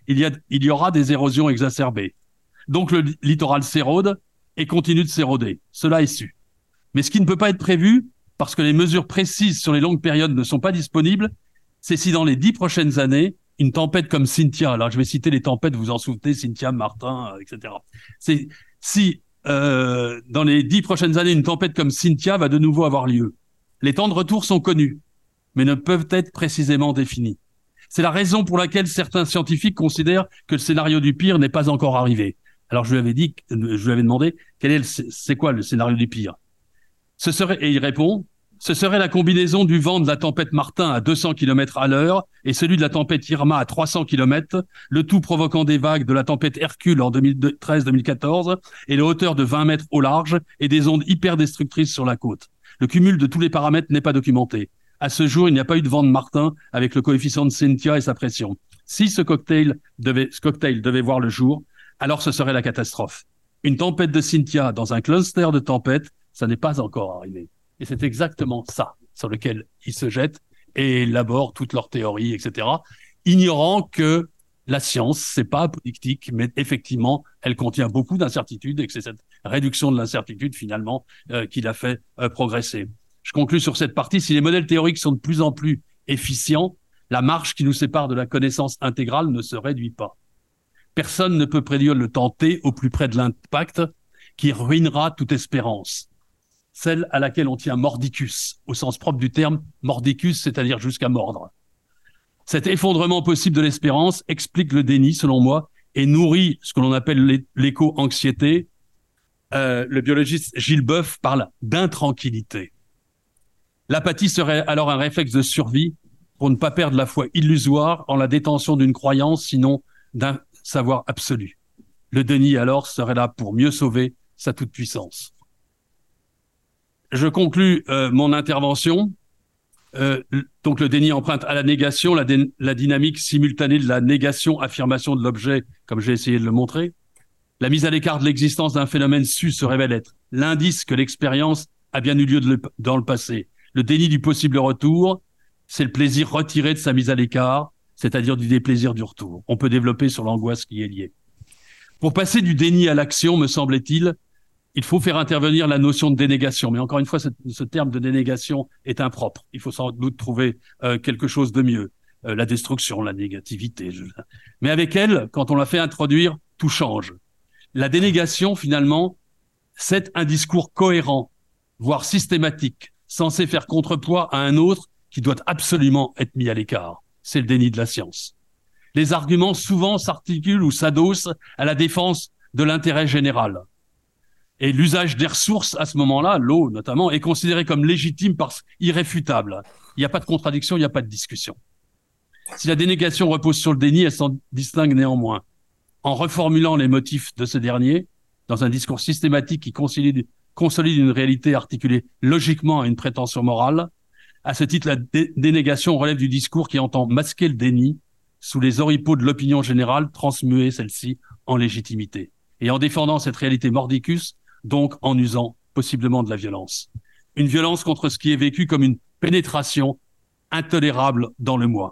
il y, a, il y aura des érosions exacerbées. Donc le littoral s'érode et continue de s'éroder. Cela est su. Mais ce qui ne peut pas être prévu, parce que les mesures précises sur les longues périodes ne sont pas disponibles, c'est si dans les dix prochaines années, une tempête comme Cynthia, alors je vais citer les tempêtes, vous en souvenez, Cynthia, Martin, et cetera. C'est si euh, dans les dix prochaines années, une tempête comme Cynthia va de nouveau avoir lieu. Les temps de retour sont connus, mais ne peuvent être précisément définis. C'est la raison pour laquelle certains scientifiques considèrent que le scénario du pire n'est pas encore arrivé. Alors je lui avais dit, je lui avais demandé, quel est le, c'est quoi le scénario du pire? Ce serait, et il répond, ce serait la combinaison du vent de la tempête Martin à deux cents kilomètres à l'heure et celui de la tempête Irma à trois cents kilomètres, le tout provoquant des vagues de la tempête Hercule en deux mille treize deux mille quatorze et la hauteur de vingt mètres au large et des ondes hyper destructrices sur la côte. Le cumul de tous les paramètres n'est pas documenté. À ce jour, il n'y a pas eu de vent de Martin avec le coefficient de Cynthia et sa pression. Si ce cocktail devait, ce cocktail devait voir le jour, alors ce serait la catastrophe. Une tempête de Cynthia dans un cluster de tempêtes, ça n'est pas encore arrivé. Et c'est exactement ça sur lequel ils se jettent et élaborent toutes leurs théories, et cetera, ignorant que la science, c'est pas apolitique, mais effectivement, elle contient beaucoup d'incertitudes et que c'est cette réduction de l'incertitude, finalement, euh, qui l'a fait euh, progresser. Je conclus sur cette partie. Si les modèles théoriques sont de plus en plus efficients, la marge qui nous sépare de la connaissance intégrale ne se réduit pas. Personne ne peut prédire le temps T au plus près de l'impact qui ruinera toute espérance. Celle à laquelle on tient mordicus, au sens propre du terme, mordicus, c'est-à-dire jusqu'à mordre. Cet effondrement possible de l'espérance explique le déni, selon moi, et nourrit ce que l'on appelle l'éco-anxiété. Euh, le biologiste Gilles Boeuf parle d'intranquillité. L'apathie serait alors un réflexe de survie pour ne pas perdre la foi illusoire en la détention d'une croyance, sinon d'un savoir absolu. Le déni, alors, serait là pour mieux sauver sa toute-puissance. Je conclus euh, mon intervention. Euh, donc le déni emprunte à la négation, la, la dynamique simultanée de la négation-affirmation de l'objet, comme j'ai essayé de le montrer. La mise à l'écart de l'existence d'un phénomène su se révèle être l'indice que l'expérience a bien eu lieu de le, dans le passé. Le déni du possible retour, c'est le plaisir retiré de sa mise à l'écart, c'est-à-dire du déplaisir du retour. On peut développer sur l'angoisse qui est liée. Pour passer du déni à l'action, me semble-t-il, il faut faire intervenir la notion de dénégation. Mais encore une fois, ce, ce terme de dénégation est impropre. Il faut sans doute trouver euh, quelque chose de mieux. Euh, la destruction, la négativité. Je... Mais avec elle, quand on la fait introduire, tout change. La dénégation, finalement, c'est un discours cohérent, voire systématique, censé faire contrepoids à un autre qui doit absolument être mis à l'écart. C'est le déni de la science. Les arguments souvent s'articulent ou s'adossent à la défense de l'intérêt général. Et l'usage des ressources, à ce moment-là, l'eau notamment, est considéré comme légitime parce qu'irréfutable. Il n'y a pas de contradiction, il n'y a pas de discussion. Si la dénégation repose sur le déni, elle s'en distingue néanmoins. En reformulant les motifs de ce dernier, dans un discours systématique qui consolide, consolide une réalité articulée logiquement à une prétention morale, à ce titre, la dé- dénégation relève du discours qui entend masquer le déni sous les oripeaux de l'opinion générale, transmuer celle-ci en légitimité. Et en défendant cette réalité mordicus, donc en usant possiblement de la violence. Une violence contre ce qui est vécu comme une pénétration intolérable dans le moi.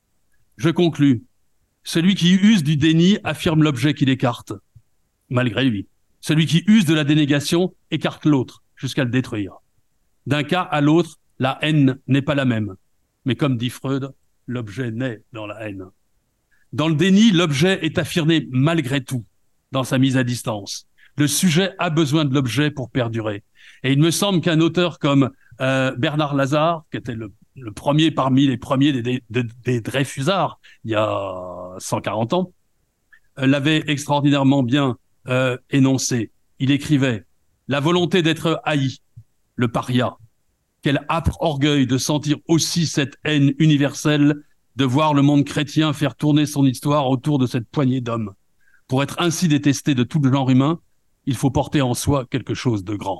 Je conclus. Celui qui use du déni affirme l'objet qu'il écarte, malgré lui. Celui qui use de la dénégation écarte l'autre, jusqu'à le détruire. D'un cas à l'autre, la haine n'est pas la même. Mais comme dit Freud, l'objet naît dans la haine. Dans le déni, l'objet est affirmé malgré tout, dans sa mise à distance. Le sujet a besoin de l'objet pour perdurer. Et il me semble qu'un auteur comme euh, Bernard Lazare, qui était le, le premier parmi les premiers des, des, des Dreyfusards, il y a cent quarante ans, euh, l'avait extraordinairement bien euh, énoncé. Il écrivait « La volonté d'être haï, le paria, quel âpre orgueil de sentir aussi cette haine universelle, de voir le monde chrétien faire tourner son histoire autour de cette poignée d'hommes. Pour être ainsi détesté de tout le genre humain, il faut porter en soi quelque chose de grand. »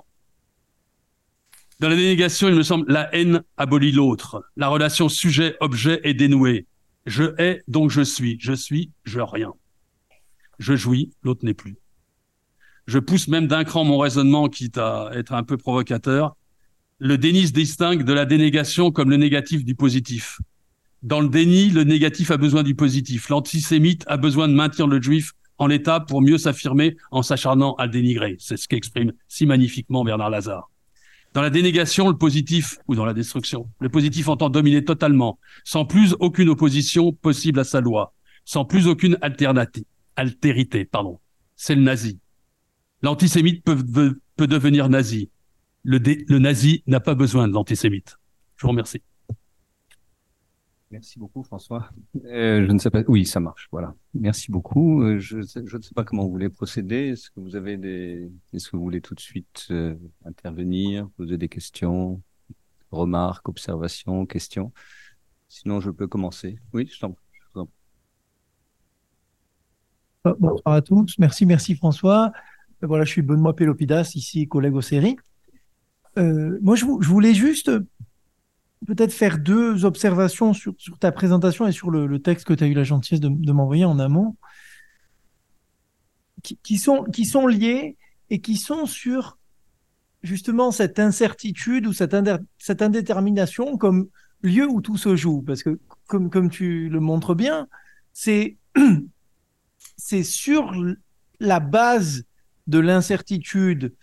Dans la dénégation, il me semble, la haine abolit l'autre. La relation sujet-objet est dénouée. Je hais, donc je suis. Je suis, je rien. Je jouis, l'autre n'est plus. Je pousse même d'un cran mon raisonnement, quitte à être un peu provocateur. Le déni se distingue de la dénégation comme le négatif du positif. Dans le déni, le négatif a besoin du positif. L'antisémite a besoin de maintenir le juif en l'état pour mieux s'affirmer en s'acharnant à le dénigrer. C'est ce qu'exprime si magnifiquement Bernard Lazare. Dans la dénégation, le positif, ou dans la destruction, le positif entend dominer totalement, sans plus aucune opposition possible à sa loi, sans plus aucune alternative, altérité, pardon. C'est le nazi. L'antisémite peut, peut, peut devenir nazi. Le, dé, le nazi n'a pas besoin de l'antisémite. Je vous remercie. Merci beaucoup, François. Euh, je ne sais pas. Oui, ça marche. Voilà. Merci beaucoup. Euh, je, je ne sais pas comment vous voulez procéder. Est-ce que vous avez des. Est-ce que vous voulez tout de suite euh, intervenir, poser des questions, remarques, observations, questions? Sinon, je peux commencer. Oui, je t'en prie. Bonsoir à tous. Merci, merci François. Voilà, je suis Benoît Pélopidas, ici collègue au C E R I. Euh, moi, je, je voulais juste peut-être faire deux observations sur, sur ta présentation et sur le, le texte que tu as eu la gentillesse de, de m'envoyer en amont, qui, qui, sont, qui sont liés et qui sont sur justement cette incertitude ou cette, indé, cette indétermination comme lieu où tout se joue. Parce que, comme, comme tu le montres bien, c'est, c'est sur la base de l'incertitude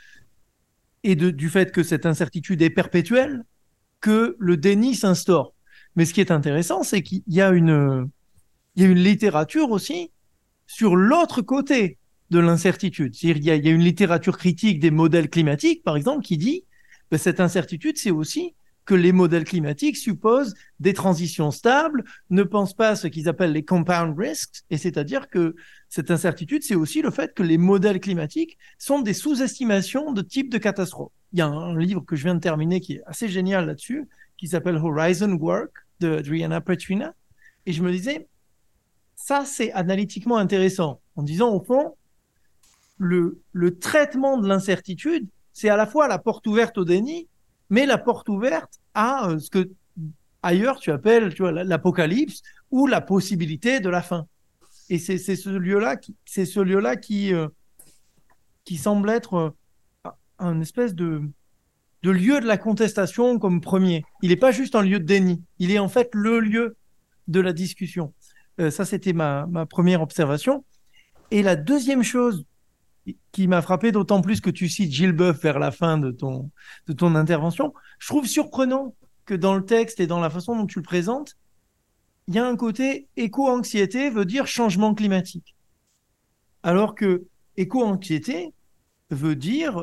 et de, du fait que cette incertitude est perpétuelle que le déni s'instaure. Mais ce qui est intéressant, c'est qu'il y a une, il y a une littérature aussi sur l'autre côté de l'incertitude. C'est-à-dire, il y a, il y a une littérature critique des modèles climatiques, par exemple, qui dit que cette incertitude, c'est aussi que les modèles climatiques supposent des transitions stables, ne pensent pas à ce qu'ils appellent les compound risks, et c'est-à-dire que cette incertitude, c'est aussi le fait que les modèles climatiques sont des sous-estimations de type de catastrophe. Il y a un livre que je viens de terminer qui est assez génial là-dessus, qui s'appelle Horizon Work de Adriana Petrina, et je me disais, ça c'est analytiquement intéressant, en disant au fond, le, le traitement de l'incertitude, c'est à la fois la porte ouverte au déni, mais la porte ouverte à euh, ce que ailleurs tu appelles tu vois, l'apocalypse ou la possibilité de la fin. Et c'est, c'est ce lieu-là qui, c'est ce lieu-là qui, euh, qui semble être euh, un espèce de, de lieu de la contestation comme premier. Il n'est pas juste un lieu de déni, il est en fait le lieu de la discussion. Euh, ça, c'était ma, ma première observation. Et la deuxième chose qui m'a frappé, d'autant plus que tu cites Gilles Boeuf vers la fin de ton, de ton intervention, je trouve surprenant que dans le texte et dans la façon dont tu le présentes, il y a un côté éco-anxiété veut dire changement climatique. Alors que éco-anxiété veut dire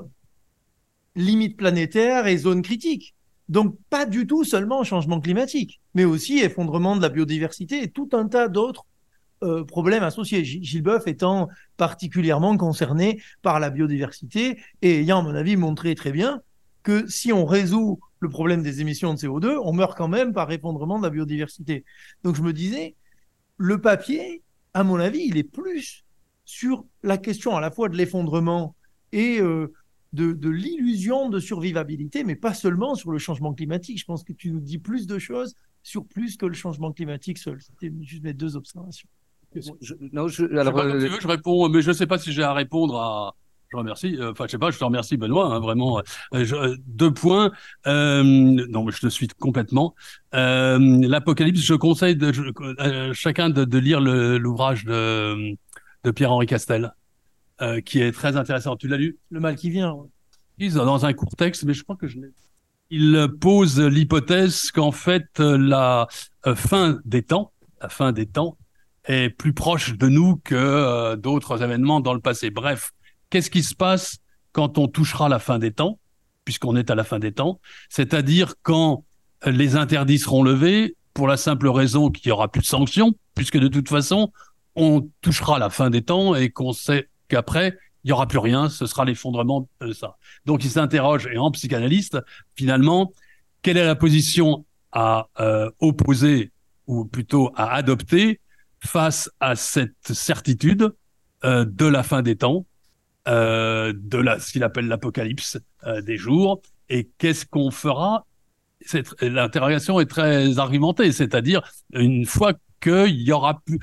limite planétaire et zone critique. Donc pas du tout seulement changement climatique, mais aussi effondrement de la biodiversité et tout un tas d'autres Euh, problèmes associés. Gilles Boeuf étant particulièrement concerné par la biodiversité et ayant, à mon avis, montré très bien que si on résout le problème des émissions de C O deux, on meurt quand même par effondrement de la biodiversité. Donc je me disais, le papier, à mon avis, il est plus sur la question à la fois de l'effondrement et euh, de, de l'illusion de survivabilité, mais pas seulement sur le changement climatique. Je pense que tu nous dis plus de choses sur plus que le changement climatique seul. C'était juste mes deux observations. Je, non, je, alors, je sais pas, euh... tu veux, je réponds, mais je ne sais pas si j'ai à répondre à. Je remercie. Enfin, je sais pas. Je te remercie, Benoît. Hein, vraiment. Euh, je, deux points. Euh, non, mais je te suis complètement. Euh, L'Apocalypse. Je conseille de, je, euh, chacun de, de lire le, l'ouvrage de, de Pierre-Henri Castel, euh, qui est très intéressant. Tu l'as lu? Le mal qui vient. Ouais. Dans un court texte, mais je crois que je l'ai. Il pose l'hypothèse qu'en fait la fin des temps, la fin des temps, est plus proche de nous que euh, d'autres événements dans le passé. Bref, qu'est-ce qui se passe quand on touchera la fin des temps, puisqu'on est à la fin des temps, c'est-à-dire quand les interdits seront levés, pour la simple raison qu'il n'y aura plus de sanctions, puisque de toute façon, on touchera la fin des temps et qu'on sait qu'après, il n'y aura plus rien, ce sera l'effondrement de ça. Donc il s'interroge, et en psychanalyste, finalement, quelle est la position à euh, opposer, ou plutôt à adopter, face à cette certitude euh, de la fin des temps, euh, de la, ce qu'il appelle l'apocalypse euh, des jours, et qu'est-ce qu'on fera? C'est, l'interrogation est très argumentée, c'est-à-dire une fois qu'il y aura plus...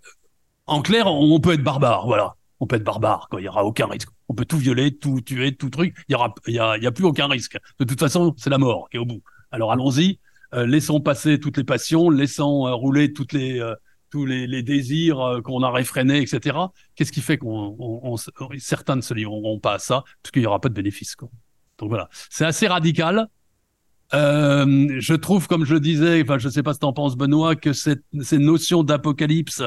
En clair, on peut être barbare, voilà. On peut être barbare, quoi. Il n'y aura aucun risque. On peut tout violer, tout tuer, tout truc. Il n'y aura, il y a, il y a plus aucun risque. De toute façon, c'est la mort qui est au bout. Alors allons-y. euh, laissons passer toutes les passions, laissons euh, rouler toutes les euh, tous les, les désirs euh, qu'on a réfrénés, et cetera. Qu'est-ce qui fait qu'on on, on, certains ne se livreront pas à ça parce qu'il y aura pas de bénéfice, quoi. Donc voilà, c'est assez radical. Euh, je trouve, comme je le disais, enfin, je sais pas ce que t'en penses, Benoît, que cette, ces notions d'apocalypse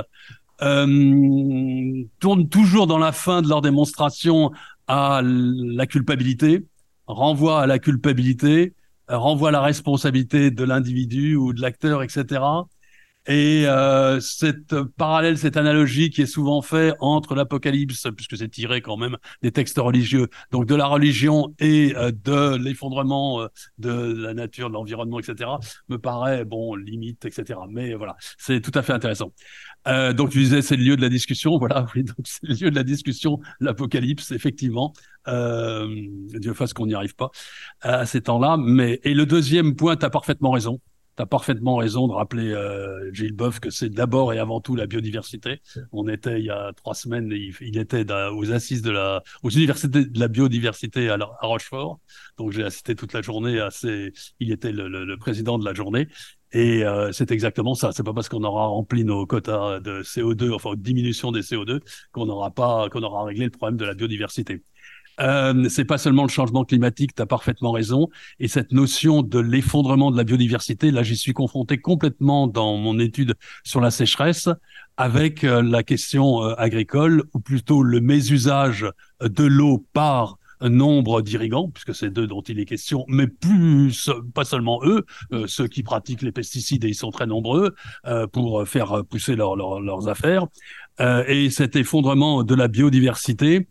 euh, tournent toujours dans la fin de leur démonstration à la culpabilité, renvoient à la culpabilité, renvoient à la responsabilité de l'individu ou de l'acteur, et cetera. Et euh, cette parallèle, cette analogie qui est souvent faite entre l'Apocalypse, puisque c'est tiré quand même des textes religieux, donc de la religion et euh, de l'effondrement euh, de la nature, de l'environnement, et cetera, me paraît, bon, limite, et cetera. Mais voilà, c'est tout à fait intéressant. Euh, donc tu disais, c'est le lieu de la discussion, voilà, oui, donc c'est le lieu de la discussion, l'Apocalypse, effectivement. Euh, Dieu fasse qu'on n'y arrive pas à ces temps-là. Mais et le deuxième point, tu as parfaitement raison. Tu as parfaitement raison de rappeler, euh, Gilles Boeuf, que c'est d'abord et avant tout la biodiversité. On était, il y a trois semaines, il, il était aux assises de la, aux universités de la biodiversité à, à Rochefort. Donc, j'ai assisté toute la journée à ces, il était le, le, le président de la journée. Et euh, c'est exactement ça. C'est pas parce qu'on aura rempli nos quotas de C O deux, enfin, diminution des C O deux, qu'on n'aura pas, qu'on aura réglé le problème de la biodiversité. Euh, c'est pas seulement le changement climatique, tu as parfaitement raison. Et cette notion de l'effondrement de la biodiversité, là, j'y suis confronté complètement dans mon étude sur la sécheresse avec euh, la question euh, agricole, ou plutôt le mésusage de l'eau par un nombre d'irrigants, puisque c'est d'eux dont il est question, mais plus, pas seulement eux, euh, ceux qui pratiquent les pesticides, et ils sont très nombreux, euh, pour faire pousser leur, leur, leurs affaires. Euh, et cet effondrement de la biodiversité,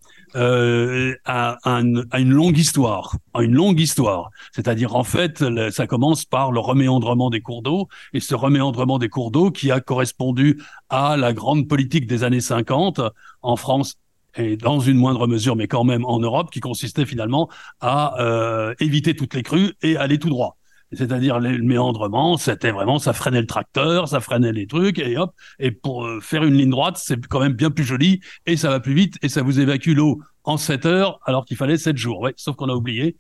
Euh, à, à, une, à une longue histoire, à une longue histoire. C'est-à-dire, en fait, le, ça commence par le reméandrement des cours d'eau, et ce reméandrement des cours d'eau qui a correspondu à la grande politique des années cinquante en France et dans une moindre mesure, mais quand même en Europe, qui consistait finalement à euh, éviter toutes les crues et aller tout droit. C'est-à-dire, le méandrement, c'était vraiment, ça freinait le tracteur, ça freinait les trucs, et hop. Et pour faire une ligne droite, c'est quand même bien plus joli, et ça va plus vite, et ça vous évacue l'eau en sept heures, alors qu'il fallait sept jours. Ouais, sauf qu'on a oublié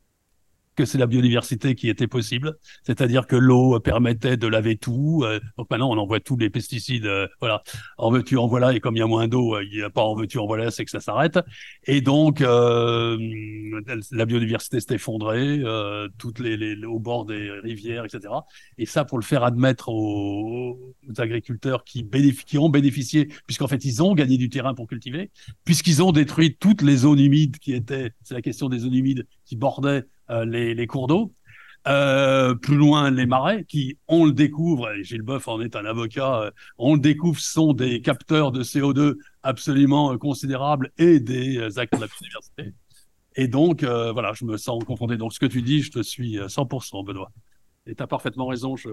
que c'est la biodiversité qui était possible, c'est-à-dire que l'eau permettait de laver tout. Euh, donc maintenant, on envoie tous les pesticides, euh, voilà, en veux-tu, en voilà, et comme il y a moins d'eau, il n'y a pas en veux-tu, en voilà, c'est que ça s'arrête. Et donc, euh, la biodiversité s'est effondrée, euh, toutes les, les, au bord des rivières, et cetera. Et ça, pour le faire admettre aux, aux agriculteurs qui, bénéfic- qui ont bénéficié, puisqu'en fait, ils ont gagné du terrain pour cultiver, puisqu'ils ont détruit toutes les zones humides qui étaient, c'est la question des zones humides qui bordaient Euh, les, les cours d'eau, euh, plus loin les marais, qui, on le découvre, et Gilles Boeuf en est un avocat, euh, on le découvre, sont des capteurs de C O deux absolument euh, considérables et des euh, actes de la biodiversité. Et donc, euh, voilà, je me sens confronté. Donc, ce que tu dis, je te suis cent pour cent, Benoît. Et tu as parfaitement raison, je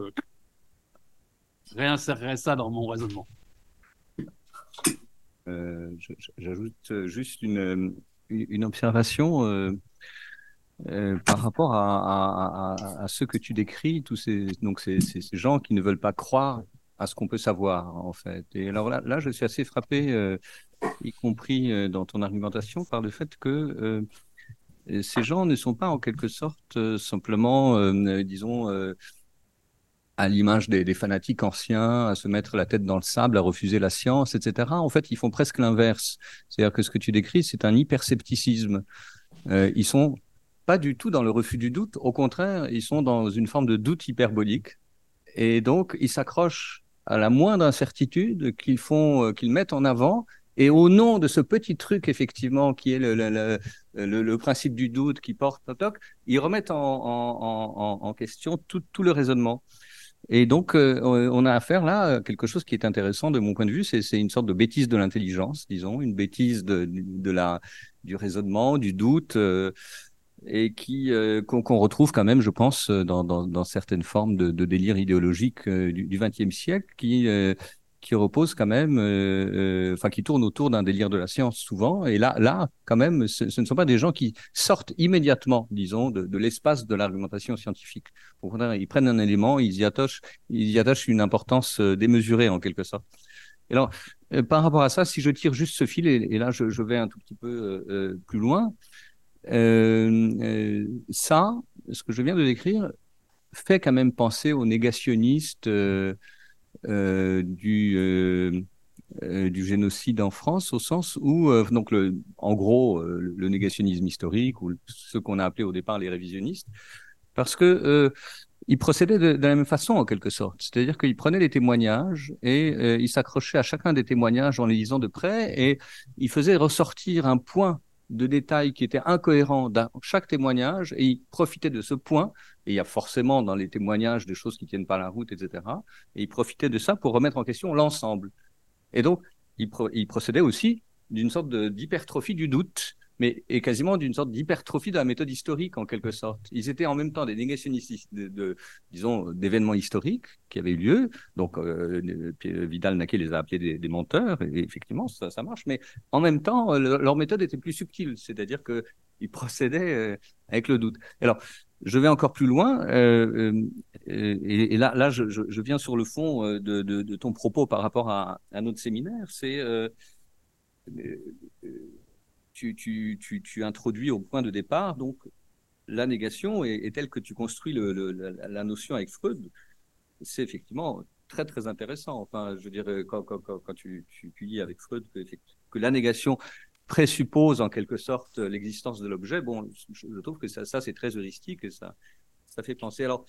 réinsérerai ça dans mon raisonnement. Euh, J'ajoute juste une, une observation. Euh... Euh, par rapport à, à, à, à ce que tu décris, tous ces, donc ces, ces, ces gens qui ne veulent pas croire à ce qu'on peut savoir, en fait. Et alors là, là je suis assez frappé, euh, y compris euh, dans ton argumentation, par le fait que euh, ces gens ne sont pas en quelque sorte euh, simplement, euh, disons, euh, à l'image des, des fanatiques anciens, à se mettre la tête dans le sable, à refuser la science, et cetera. En fait, ils font presque l'inverse. C'est-à-dire que ce que tu décris, c'est un hyperscepticisme. Euh, ils sont pas du tout dans le refus du doute. Au contraire, ils sont dans une forme de doute hyperbolique. Et donc, ils s'accrochent à la moindre incertitude qu'ils font, euh, qu'ils mettent en avant. Et au nom de ce petit truc, effectivement, qui est le, le, le, le, le principe du doute qui porte toc, ils remettent en, en, en, en question tout, tout le raisonnement. Et donc, euh, on a affaire là à quelque chose qui est intéressant de mon point de vue, c'est, c'est une sorte de bêtise de l'intelligence, disons, une bêtise de, de la, du raisonnement, du doute, euh, et qui euh, qu'on, qu'on retrouve quand même, je pense, dans, dans, dans certaines formes de, de délire idéologique euh, du vingtième siècle, qui euh, qui repose quand même, euh, enfin euh, qui tourne autour d'un délire de la science souvent. Et là, là, quand même, ce, ce ne sont pas des gens qui sortent immédiatement, disons, de, de l'espace de l'argumentation scientifique. Au contraire, ils prennent un élément, ils y attachent, ils y attachent une importance démesurée en quelque sorte. Et alors, euh, par rapport à ça, si je tire juste ce fil, et, et là, je, je vais un tout petit peu euh, plus loin. Euh, euh, ça, ce que je viens de décrire, fait quand même penser aux négationnistes euh, euh, du, euh, euh, du génocide en France, au sens où, euh, donc le, en gros, euh, le négationnisme historique, ou ce qu'on a appelé au départ les révisionnistes, parce que euh, ils procédaient de, de la même façon, en quelque sorte. C'est-à-dire qu'ils prenaient les témoignages et euh, ils s'accrochaient à chacun des témoignages en les lisant de près, et ils faisaient ressortir un point de détail qui était incohérent dans chaque témoignage, et ils profitaient de ce point, et il y a forcément dans les témoignages des choses qui tiennent pas la route, et cetera, et ils profitaient de ça pour remettre en question l'ensemble. Et donc, ils, pro ils procédaient aussi d'une sorte d'hypertrophie du doute, mais et quasiment d'une sorte d'hypertrophie de la méthode historique, en quelque sorte. Ils étaient en même temps des négationnistes, de, de, disons, d'événements historiques qui avaient eu lieu. Donc, euh, Vidal-Naquet les a appelés des, des menteurs, et effectivement, ça, ça marche. Mais en même temps, le, leur méthode était plus subtile, c'est-à-dire qu'ils procédaient euh, avec le doute. Alors, je vais encore plus loin, euh, euh, et, et là, là je, je, je viens sur le fond de, de, de ton propos par rapport à, à notre séminaire. C'est... Euh, euh, Tu, tu, tu, tu introduis au point de départ donc la négation, et, et telle que tu construis le, le, la, la notion avec Freud, c'est effectivement très très intéressant. Enfin, je veux dire, quand, quand, quand, quand tu, tu, tu dis avec Freud que, que la négation présuppose en quelque sorte l'existence de l'objet, bon, je, je trouve que ça, ça c'est très heuristique, et ça, ça fait penser. Alors,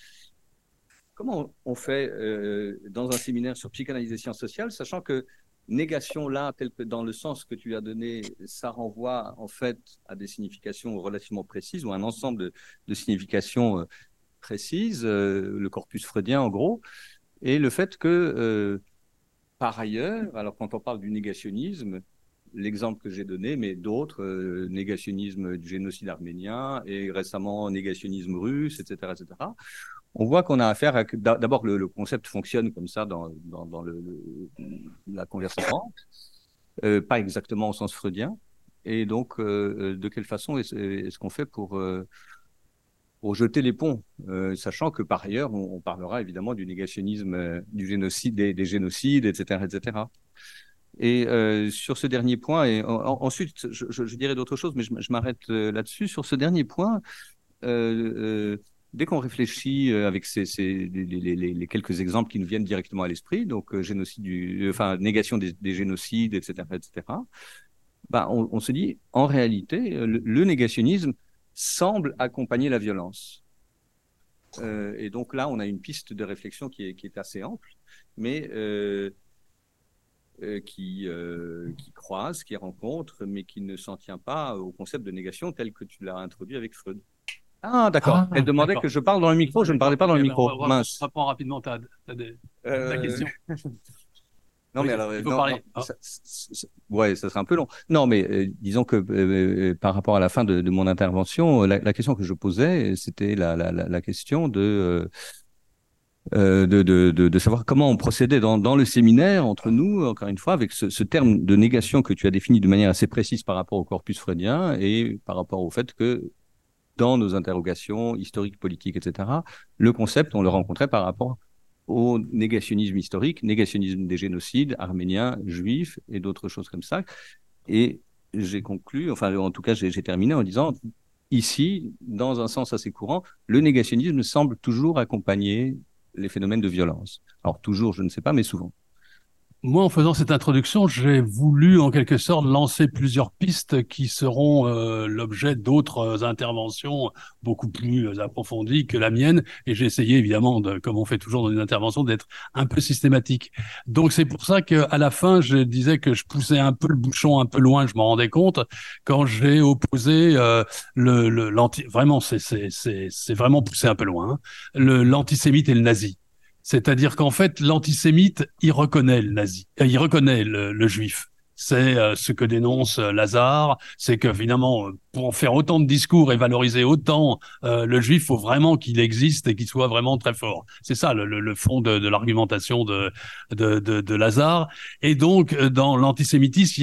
comment on fait euh, dans un séminaire sur psychanalyse et sciences sociales, sachant que négation là, tel que dans le sens que tu as donné, ça renvoie en fait à des significations relativement précises, ou un ensemble de, de significations euh, précises, euh, le corpus freudien en gros, et le fait que euh, par ailleurs, alors quand on parle du négationnisme, l'exemple que j'ai donné, mais d'autres, euh, négationnisme du génocide arménien, et récemment négationnisme russe, et cetera, et cetera, on voit qu'on a affaire à... D'abord, le, le concept fonctionne comme ça dans, dans, dans le, le, la conversation, euh, pas exactement au sens freudien. Et donc, euh, de quelle façon est-ce est qu'on fait pour, euh, pour jeter les ponts, euh, sachant que par ailleurs, on, on parlera évidemment du négationnisme, euh, du génocide, des, des génocides, et cetera, et cetera. Et euh, sur ce dernier point, et en, ensuite, je, je, je dirais d'autres choses, mais je, je m'arrête euh, là-dessus. Sur ce dernier point, euh, euh, dès qu'on réfléchit avec ces, ces, les, les, les quelques exemples qui nous viennent directement à l'esprit, donc euh, génocide du, enfin négation des, des génocides, et cetera, et cetera, bah, on, on se dit en réalité le, le négationnisme semble accompagner la violence. Euh, et donc là, on a une piste de réflexion qui est, qui est assez ample, mais euh, euh, qui, euh, qui croise, qui rencontre, mais qui ne s'en tient pas au concept de négation tel que tu l'as introduit avec Freud. Ah, d'accord. Ah, Elle demandait que je parle dans le micro, je ne parlais pas dans le micro. On Mince. Reprends rapidement ta, ta, ta, euh... ta question. Non, oui, mais alors, il faut non, parler. Non, ça, ça, ouais, ça serait un peu long. Non, mais euh, disons que euh, par rapport à la fin de, de mon intervention, la, la question que je posais, c'était la, la, la, la question de, euh, de, de, de, de savoir comment on procédait dans, dans le séminaire entre nous, encore une fois, avec ce, ce terme de négation que tu as défini de manière assez précise par rapport au corpus freudien et par rapport au fait que dans nos interrogations historiques, politiques, et cetera, le concept, on le rencontrait par rapport au négationnisme historique, négationnisme des génocides arméniens, juifs et d'autres choses comme ça. Et j'ai conclu, enfin en tout cas j'ai terminé en disant, ici, dans un sens assez courant, le négationnisme semble toujours accompagner les phénomènes de violence. Alors toujours, je ne sais pas, mais souvent. Moi, en faisant cette introduction, j'ai voulu, en quelque sorte, lancer plusieurs pistes qui seront euh, l'objet d'autres interventions beaucoup plus approfondies que la mienne. Et j'ai essayé, évidemment, de, comme on fait toujours dans une intervention, d'être un peu systématique. Donc, c'est pour ça qu'à la fin, je disais que je poussais un peu le bouchon un peu loin, je m'en rendais compte, quand j'ai opposé euh, le, le, l'anti... Vraiment, c'est, c'est, c'est, c'est vraiment poussé un peu loin, hein, le, l'antisémite et le nazi. C'est-à-dire qu'en fait, l'antisémite, il reconnaît le nazi, il reconnaît le, le juif. C'est euh, ce que dénonce euh, Lazare, c'est que finalement, pour en faire autant de discours et valoriser autant euh, le juif, il faut vraiment qu'il existe et qu'il soit vraiment très fort. C'est ça le, le, le fond de, de l'argumentation de, de, de, de Lazare. Et donc, dans l'antisémitisme, il y a,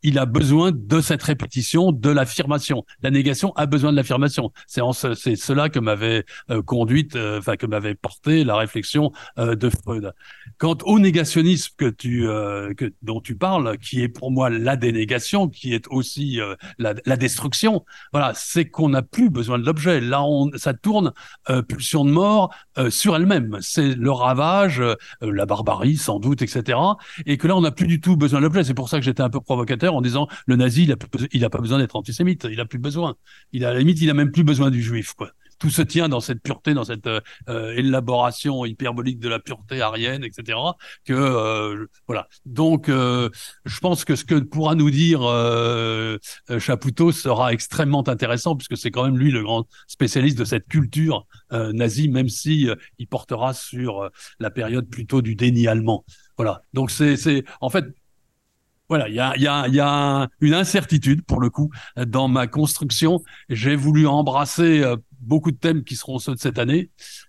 il a besoin de cette répétition, de l'affirmation. La négation a besoin de l'affirmation. C'est en ce, c'est cela que m'avait euh, conduite, euh, enfin que m'avait porté la réflexion euh, de Freud. Quant au négationnisme que tu, euh, que, dont tu parles, qui est pour moi la dénégation, qui est aussi euh, la, la destruction, voilà, c'est qu'on n'a plus besoin de l'objet. Là, on, ça tourne euh, pulsion de mort euh, sur elle-même. C'est le ravage, euh, la barbarie sans doute, et cetera. Et que là, on n'a plus du tout besoin de l'objet. C'est pour ça que j'étais un peu provocateur en disant le nazi, il a, plus, il a pas besoin d'être antisémite, il a plus besoin. Il a, à la limite, il a même plus besoin du juif, quoi. Tout se tient dans cette pureté, dans cette euh, élaboration hyperbolique de la pureté arienne, et cetera. Que euh, voilà. Donc, euh, je pense que ce que pourra nous dire euh, Chapoutot sera extrêmement intéressant, puisque c'est quand même lui le grand spécialiste de cette culture euh, nazie, même si euh, il portera sur euh, la période plutôt du déni allemand. Voilà. Donc c'est, c'est en fait. Voilà, il y a, y, a, y a une incertitude, pour le coup, dans ma construction. J'ai voulu embrasser euh, beaucoup de thèmes qui seront ceux de cette année.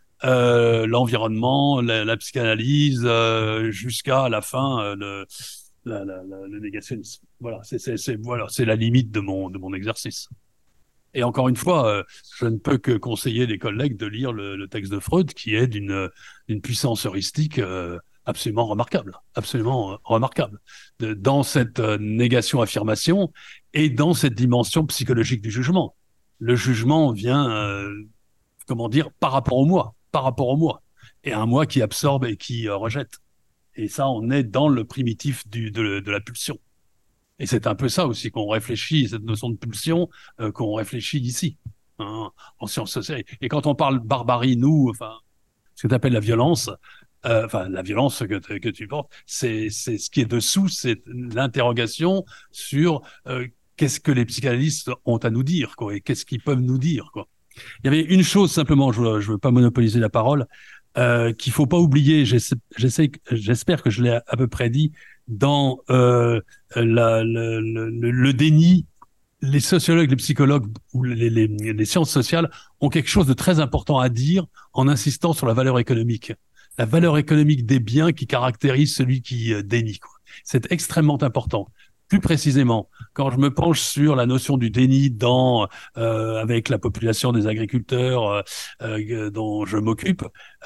Euh, l'environnement, la, la psychanalyse, euh, jusqu'à la fin, euh, le, la, la, la, le négationnisme. Voilà, c'est, c'est, c'est, voilà, c'est la limite de mon, de mon exercice. Et encore une fois, euh, je ne peux que conseiller les collègues de lire le, le texte de Freud, qui est d'une, d'une puissance heuristique euh, absolument remarquable, absolument euh, remarquable, de, dans cette euh, négation-affirmation et dans cette dimension psychologique du jugement. Le jugement vient, euh, comment dire, par rapport au moi, par rapport au moi, et un moi qui absorbe et qui euh, rejette. Et ça, on est dans le primitif du, de, de la pulsion. Et c'est un peu ça aussi qu'on réfléchit, cette notion de pulsion euh, qu'on réfléchit ici, hein, en sciences sociales. Et quand on parle barbarie, nous, enfin, ce que tu appelles la violence, euh, enfin la violence que, que tu portes, c'est, c'est ce qui est dessous, c'est l'interrogation sur euh, qu'est-ce que les psychanalystes ont à nous dire, quoi, et qu'est-ce qu'ils peuvent nous dire, quoi. Il y avait une chose simplement, je ne veux pas monopoliser la parole, euh, qu'il faut pas oublier. J'essaie, j'essaie, j'espère que je l'ai à peu près dit dans euh, la, le, le, le déni. Les sociologues, les psychologues ou les, les, les sciences sociales ont quelque chose de très important à dire en insistant sur la valeur économique. La valeur économique des biens qui caractérise celui qui euh, dénie, quoi. C'est extrêmement important. Plus précisément, quand je me penche sur la notion du déni dans euh, avec la population des agriculteurs euh, euh, dont je m'occupe,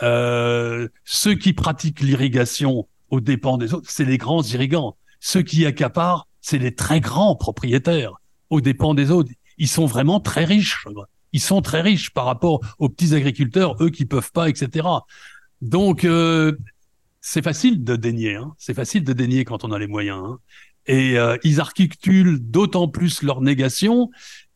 euh, ceux qui pratiquent l'irrigation aux dépens des autres, c'est les grands irrigants. Ceux qui accaparent, c'est les très grands propriétaires aux dépens des autres. Ils sont vraiment très riches. Ils sont très riches par rapport aux petits agriculteurs, eux qui peuvent pas, et cetera. Donc, euh, c'est facile de dénier. Hein. C'est facile de dénier quand on a les moyens. Hein. Et euh, ils articulent d'autant plus leur négation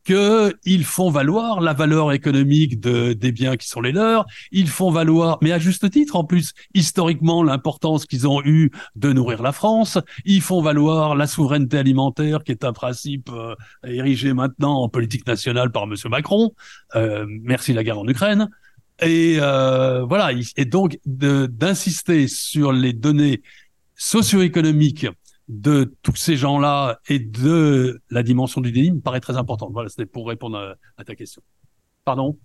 qu'ils font valoir la valeur économique de, des biens qui sont les leurs, ils font valoir, mais à juste titre en plus, historiquement, l'importance qu'ils ont eu de nourrir la France, ils font valoir la souveraineté alimentaire, qui est un principe euh, érigé maintenant en politique nationale par Monsieur Macron, euh, merci la guerre en Ukraine, et euh, voilà, et donc de, d'insister sur les données socio-économiques de tous ces gens-là et de la dimension du déni me paraît très importante. Voilà, c'était pour répondre à, à ta question. Pardon?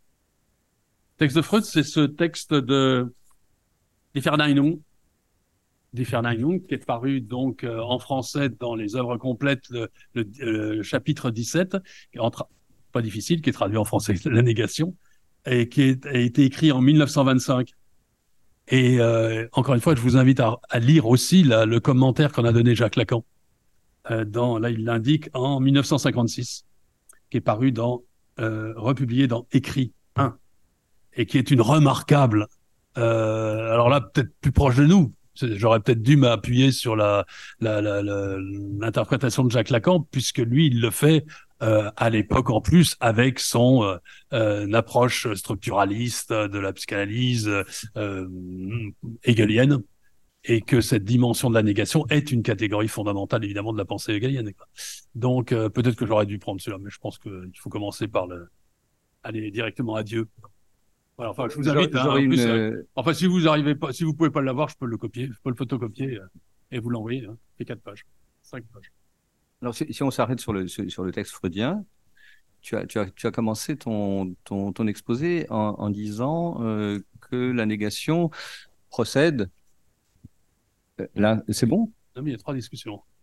Le texte de Freud, c'est ce texte de Die Verneinung, Die Verneinung, qui est paru donc euh, en français dans les œuvres complètes, le, le, le chapitre dix-sept, qui est en tra- pas difficile, qui est traduit en français, La négation, et qui est, a été écrit en mille neuf cent vingt-cinq. Et euh, encore une fois, je vous invite à, à lire aussi la, le commentaire qu'en a donné Jacques Lacan. Euh, dans, là, il l'indique en mille neuf cent cinquante-six, qui est paru dans, euh, republié dans Écrit un, et qui est une remarquable. Euh, alors là, peut-être plus proche de nous. J'aurais peut-être dû m'appuyer sur la, la, la, la, l'interprétation de Jacques Lacan, puisque lui, il le fait euh, à l'époque en plus avec son euh, euh, approche structuraliste de la psychanalyse euh, hegelienne, et que cette dimension de la négation est une catégorie fondamentale évidemment de la pensée hegelienne. Donc euh, peut-être que j'aurais dû prendre cela, mais je pense qu'il faut commencer par le aller directement à Dieu. Voilà, enfin, je vous invite. Hein, en plus, euh, enfin, si vous arrivez pas, si vous pouvez pas l'avoir, je peux le copier, je peux le photocopier euh, et vous l'envoyer. Hein. C'est quatre pages, cinq pages. Alors, si, si on s'arrête sur le sur le texte freudien, tu as tu as tu as commencé ton ton ton exposé en, en disant euh, que la négation procède. Euh, là, c'est bon? Non, mais il y a trois discussions.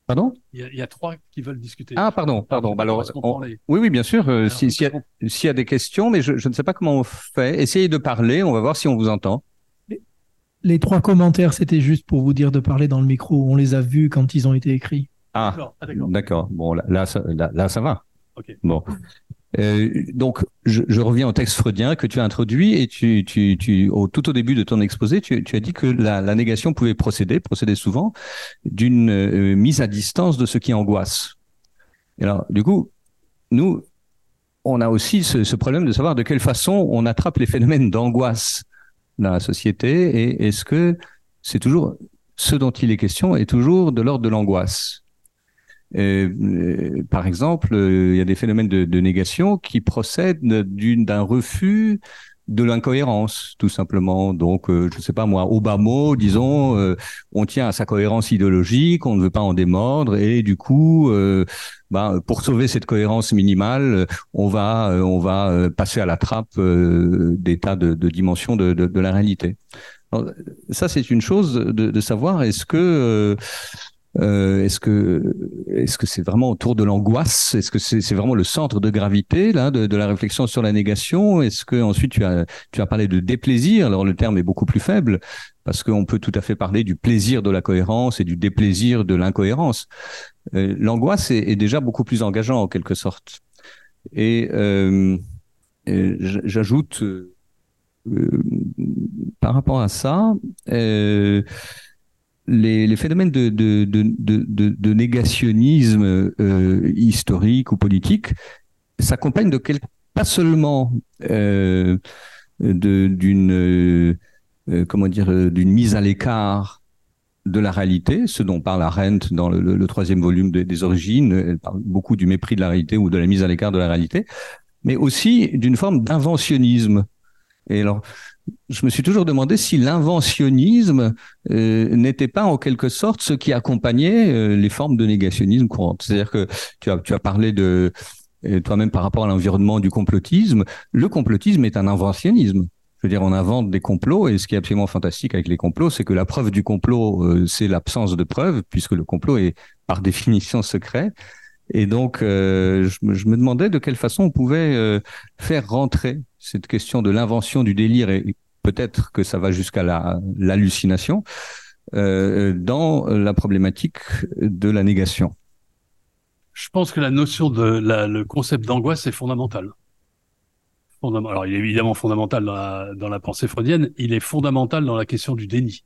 Pardon? Il y, a, il y a trois qui veulent discuter. Ah, pardon, pardon. Bah, alors, on... les... Oui, oui, bien sûr. Euh, S'il si, si y, si y a des questions, mais je, je ne sais pas comment on fait. Essayez de parler, on va voir si on vous entend. Les, les trois commentaires, c'était juste pour vous dire de parler dans le micro. On les a vus quand ils ont été écrits. Ah, d'accord. Bon, là, là, ça, là, là, ça va. Okay. Bon. Euh, donc, je, je reviens au texte freudien que tu as introduit et tu, tu, tu, au, tout au début de ton exposé, tu, tu as dit que la, la négation pouvait procéder, procéder souvent, d'une euh, mise à distance de ce qui angoisse. Et alors, du coup, nous, on a aussi ce, ce problème de savoir de quelle façon on attrape les phénomènes d'angoisse dans la société et est-ce que c'est toujours ce dont il est question est toujours de l'ordre de l'angoisse. Euh, euh, par exemple, euh, il y a des phénomènes de, de négation qui procèdent d'une, d'un refus de l'incohérence, tout simplement. Donc, euh, je ne sais pas moi, au bas mot, disons, euh, on tient à sa cohérence idéologique, on ne veut pas en démordre, et du coup, euh, bah, pour sauver cette cohérence minimale, on va, euh, on va passer à la trappe euh, des tas de, de dimensions de, de, de la réalité. Alors, ça, c'est une chose de, de savoir, est-ce que euh, Euh, est-ce que est-ce que c'est vraiment autour de l'angoisse? Est-ce que c'est, c'est vraiment le centre de gravité là de, de la réflexion sur la négation? Est-ce que ensuite tu as tu as parlé de déplaisir? Alors le terme est beaucoup plus faible parce qu'on peut tout à fait parler du plaisir de la cohérence et du déplaisir de l'incohérence. Euh, l'angoisse est, est déjà beaucoup plus engageant en quelque sorte. Et, euh, et j'ajoute euh, par rapport à ça. Euh, Les, les phénomènes de, de, de, de, de négationnisme euh, historique ou politique s'accompagnent de quelque, pas seulement euh, de, d'une euh, comment dire d'une mise à l'écart de la réalité, ce dont parle Arendt dans le, le, le troisième volume de, des Origines. Elle parle beaucoup du mépris de la réalité ou de la mise à l'écart de la réalité, mais aussi d'une forme d'inventionnisme. Et alors, je me suis toujours demandé si l'inventionnisme euh, n'était pas en quelque sorte ce qui accompagnait euh, les formes de négationnisme courantes. C'est-à-dire que tu as, tu as parlé de, euh, toi-même par rapport à l'environnement du complotisme, le complotisme est un inventionnisme. Je veux dire, on invente des complots et ce qui est absolument fantastique avec les complots, c'est que la preuve du complot, euh, c'est l'absence de preuve, puisque le complot est par définition secret. Et donc, euh, je, me, je me demandais de quelle façon on pouvait euh, faire rentrer cette question de l'invention du délire, et peut-être que ça va jusqu'à la, l'hallucination, euh, dans la problématique de la négation. Je pense que la notion de la, le concept d'angoisse est fondamental. Fondam- Alors, il est évidemment fondamental dans la, dans la pensée freudienne, il est fondamental dans la question du déni.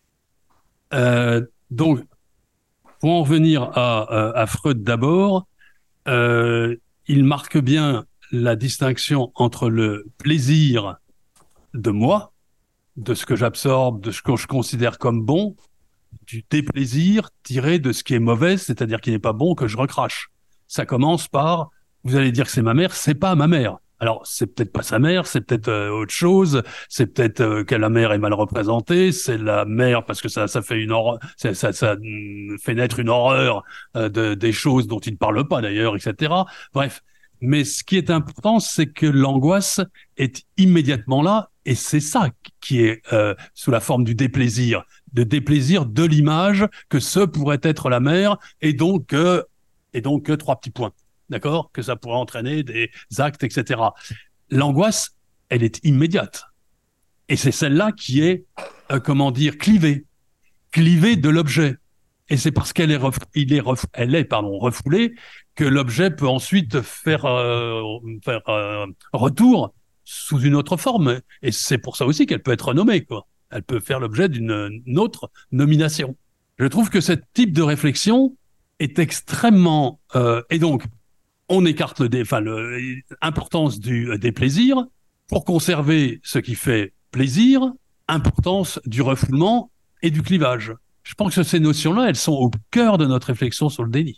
Euh, donc, pour en revenir à, à, à Freud d'abord, euh, il marque bien la distinction entre le plaisir de moi, de ce que j'absorbe, de ce que je considère comme bon, du déplaisir tiré de ce qui est mauvais, c'est-à-dire qui n'est pas bon, que je recrache. Ça commence par, vous allez dire que c'est ma mère, c'est pas ma mère. Alors, c'est peut-être pas sa mère, c'est peut-être euh, autre chose, c'est peut-être euh, que la mère est mal représentée, c'est la mère parce que ça, ça fait une horreur, ça, ça, ça fait naître une horreur euh, de, des choses dont il ne parle pas d'ailleurs, et cetera. Bref. Mais ce qui est important, c'est que l'angoisse est immédiatement là, et c'est ça qui est euh, sous la forme du déplaisir, de déplaisir de l'image que ce pourrait être la mère, et donc, euh, et donc euh, trois petits points. D'accord? Que ça pourrait entraîner des actes, et cetera. L'angoisse, elle est immédiate. Et c'est celle-là qui est, euh, comment dire, clivée. Clivée de l'objet. Et c'est parce qu'elle est, ref... Il est ref... elle est pardon, refoulée que l'objet peut ensuite faire, euh, faire euh, retour sous une autre forme. Et c'est pour ça aussi qu'elle peut être nommée, quoi. Elle peut faire l'objet d'une autre nomination. Je trouve que ce type de réflexion est extrêmement... Euh, et donc, on écarte le, dé, enfin, le, l'importance du déplaisir pour conserver ce qui fait plaisir, importance du refoulement et du clivage. Je pense que ces notions-là, elles sont au cœur de notre réflexion sur le déni.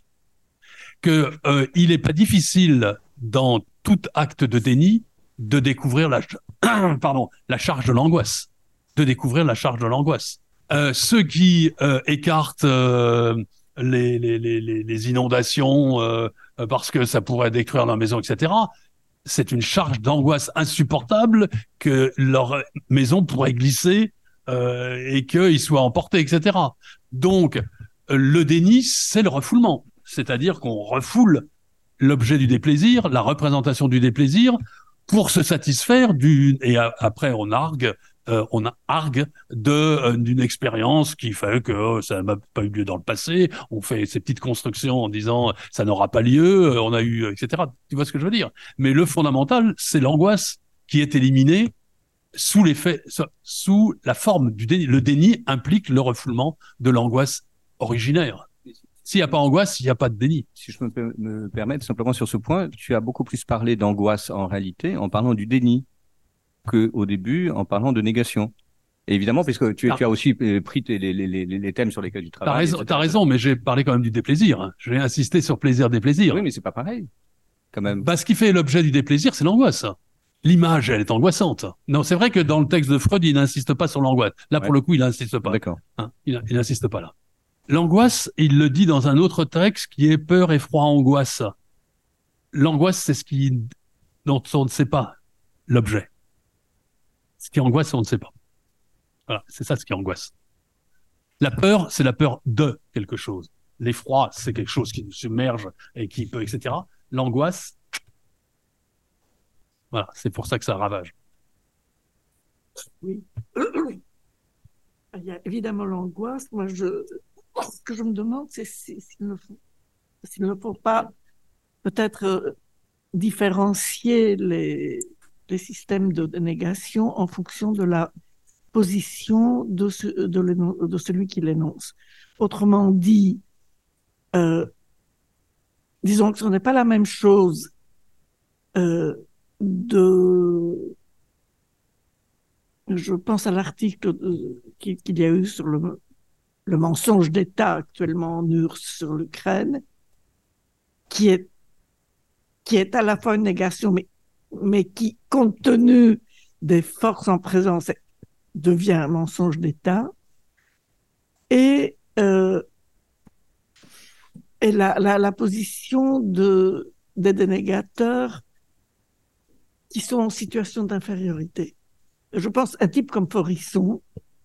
Que euh, il n'est pas difficile dans tout acte de déni de découvrir la, pardon, la charge de l'angoisse, de découvrir la charge de l'angoisse. Euh, ceux qui euh, écartent euh, les, les, les, les inondations euh, parce que ça pourrait détruire leur maison, et cetera, c'est une charge d'angoisse insupportable que leur maison pourrait glisser euh, et qu'ils soient emportés, et cetera. Donc, le déni, c'est le refoulement. C'est-à-dire qu'on refoule l'objet du déplaisir, la représentation du déplaisir, pour se satisfaire du... Et a, après, on argue, euh, on argue de, euh, d'une expérience qui fait que oh, ça n'a pas eu lieu dans le passé. On fait ces petites constructions en disant ça n'aura pas lieu, on a eu, et cetera. Tu vois ce que je veux dire? Mais le fondamental, c'est l'angoisse qui est éliminée sous l'effet, sous la forme du déni. Le déni implique le refoulement de l'angoisse originaire. S'il n'y a pas angoisse, il n'y a pas de déni. Si je peux me permettre, simplement sur ce point, tu as beaucoup plus parlé d'angoisse en réalité en parlant du déni qu'au début en parlant de négation. Et évidemment, puisque tu, ah. tu as aussi pris tes, les, les, les thèmes sur lesquels tu travailles. T'as raison, t'as raison, mais j'ai parlé quand même du déplaisir. Je vais insister sur plaisir, déplaisir. Oui, mais c'est pas pareil, quand même. Bah, ce qui fait l'objet du déplaisir, c'est l'angoisse. L'image, elle est angoissante. Non, c'est vrai que dans le texte de Freud, il n'insiste pas sur l'angoisse. Là, ouais. Pour le coup, il n'insiste pas. D'accord. Hein, il, il n'insiste pas là. L'angoisse, il le dit dans un autre texte qui est peur, effroi, angoisse. L'angoisse, c'est ce qui, dont on ne sait pas l'objet. Ce qui angoisse, on ne sait pas. Voilà, c'est ça ce qui angoisse. La peur, c'est la peur de quelque chose. L'effroi, c'est quelque chose qui nous submerge et qui peut, et cetera. L'angoisse, voilà, c'est pour ça que ça ravage. Oui. Il y a évidemment l'angoisse. Moi, je, ce que je me demande, c'est s'ils ne font, s'ils ne font pas peut-être euh, différencier les, les systèmes de, de négation en fonction de la position de, ce, de, de celui qui l'énonce. Autrement dit, euh, disons que ce n'est pas la même chose euh, de... Je pense à l'article qu'il y a eu sur le, le mensonge d'État actuellement en U R S S sur l'Ukraine, qui est, qui est à la fois une négation, mais, mais qui, compte tenu des forces en présence, devient un mensonge d'État. Et, euh, et la, la, la position de, des dénégateurs qui sont en situation d'infériorité. Je pense un type comme Faurisson,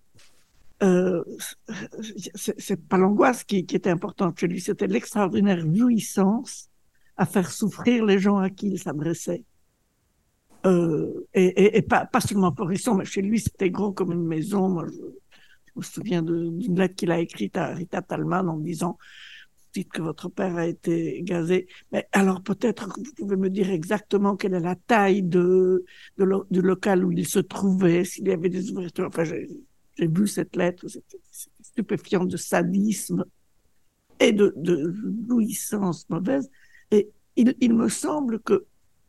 euh, c'est, c'est pas l'angoisse qui, qui était importante chez lui, c'était l'extraordinaire jouissance à faire souffrir les gens à qui il s'adressait. Euh, et, et, et pas, pas seulement Faurisson, mais chez lui c'était gros comme une maison. Moi, je, je me souviens de, d'une lettre qu'il a écrite à Rita Talman en disant dites que votre père a été gazé. Mais alors peut-être que vous pouvez me dire exactement quelle est la taille de, de lo, du local où il se trouvait, s'il y avait des ouvertures. Enfin, j'ai, j'ai vu cette lettre, c'était stupéfiant de sadisme et de, de jouissance mauvaise. Et il, il me semble que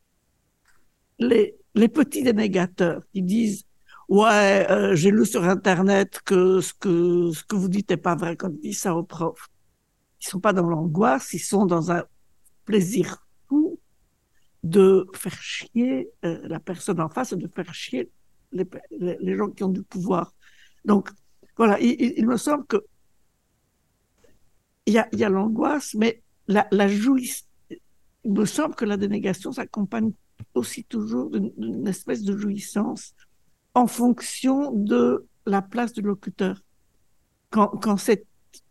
les, les petits dénégateurs qui disent ouais, euh, j'ai lu sur Internet que ce que ce que vous dites n'est pas vrai, quand ils disent ça aux profs. Ils sont pas dans l'angoisse, ils sont dans un plaisir fou de faire chier euh, la personne en face et de faire chier les, les, les gens qui ont du pouvoir. Donc, voilà, il, il, il me semble que il y a, il y a l'angoisse, mais la, la jouissance, il me semble que la dénégation s'accompagne aussi toujours d'une, d'une espèce de jouissance en fonction de la place du locuteur. Quand, quand c'est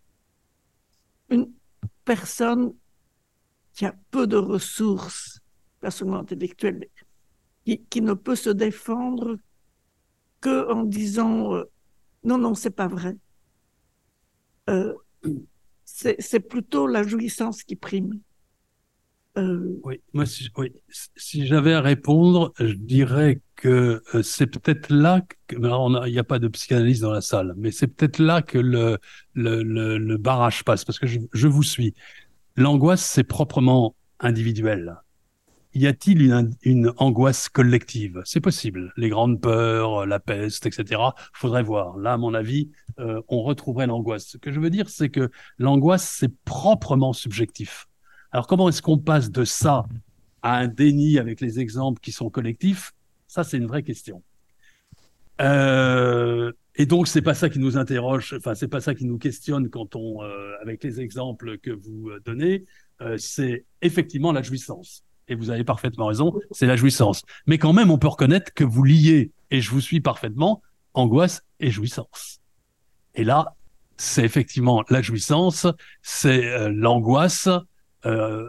une personne qui a peu de ressources, pas seulement intellectuelles, mais qui, qui ne peut se défendre que en disant euh, non, non, c'est pas vrai. Euh, c'est, c'est plutôt la jouissance qui prime. Euh... Oui, moi, si, oui. si j'avais à répondre, je dirais que euh, c'est peut-être là que, il n'y a pas de psychanalyse dans la salle, mais c'est peut-être là que le, le, le, le barrage passe, parce que je, je vous suis. L'angoisse, c'est proprement individuel. Y a-t-il une, une angoisse collective? C'est possible. Les grandes peurs, la peste, et cetera. Faudrait voir. Là, à mon avis, euh, on retrouverait l'angoisse. Ce que je veux dire, c'est que l'angoisse, c'est proprement subjectif. Alors, comment est-ce qu'on passe de ça à un déni avec les exemples qui sont collectifs? Ça, c'est une vraie question. Euh, et donc, c'est pas ça qui nous interroge, enfin, c'est pas ça qui nous questionne quand on, euh, avec les exemples que vous donnez, euh, c'est effectivement la jouissance. Et vous avez parfaitement raison, c'est la jouissance. Mais quand même, on peut reconnaître que vous liez, et je vous suis parfaitement, angoisse et jouissance. Et là, c'est effectivement la jouissance, c'est euh, l'angoisse, euh,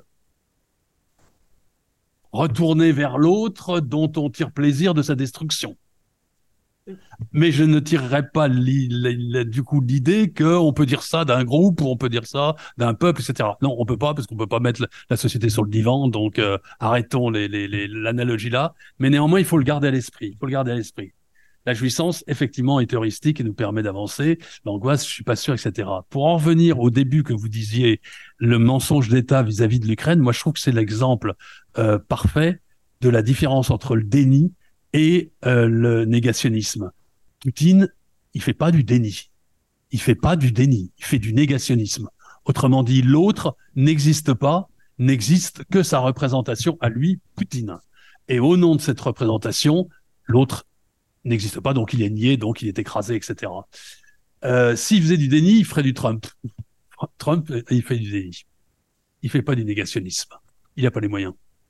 retourner vers l'autre dont on tire plaisir de sa destruction. Mais je ne tirerai pas li, li, li, du coup l'idée qu'on peut dire ça d'un groupe ou on peut dire ça d'un peuple, et cetera. Non, on peut pas parce qu'on peut pas mettre la, la société sur le divan, donc euh, arrêtons les, les, les, l'analogie là. Mais néanmoins, il faut le garder à l'esprit. Il faut le garder à l'esprit. La jouissance, effectivement, est heuristique et nous permet d'avancer. L'angoisse, je suis pas sûr, et cetera. Pour en revenir au début que vous disiez, le mensonge d'État vis-à-vis de l'Ukraine, moi je trouve que c'est l'exemple euh, parfait de la différence entre le déni et euh, le négationnisme. Poutine, il fait pas du déni. Il fait pas du déni. Il fait du négationnisme. Autrement dit, l'autre n'existe pas, n'existe que sa représentation à lui, Poutine. Et au nom de cette représentation, l'autre n'existe pas, donc il est nié, donc il est écrasé, et cetera. Euh, s'il faisait du déni, il ferait du Trump. Trump, il fait du déni. Il fait pas du négationnisme. Il n'a pas les moyens.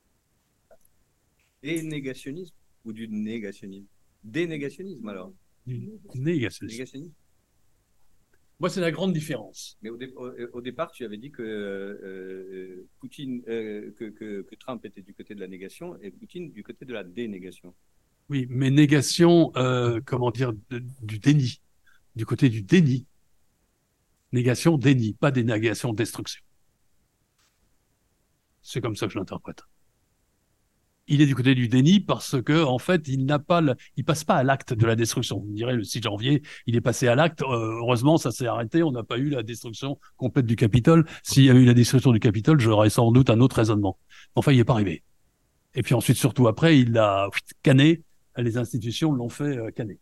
Et négationnisme ou du négationnisme? Dénégationnisme alors? Du négationnisme. négationnisme. Moi, c'est la grande différence. Mais au, dé au, au départ, tu avais dit que, euh, Poutine, euh, que, que, que Trump était du côté de la négation et Poutine du côté de la dénégation. Oui, mais négation, euh, comment dire, de, du déni. Du côté du déni. Négation, déni, pas dénégation, destruction. C'est comme ça que je l'interprète. Il est du côté du déni parce que, en fait, il n'a pas, le, il passe pas à l'acte de la destruction. Vous me direz, le six janvier, il est passé à l'acte. Euh, heureusement, ça s'est arrêté. On n'a pas eu la destruction complète du Capitole. S'il y avait eu la destruction du Capitole, j'aurais sans doute un autre raisonnement. Enfin, il n'est pas arrivé. Et puis ensuite, surtout après, il a canné. Les institutions l'ont fait euh, canner.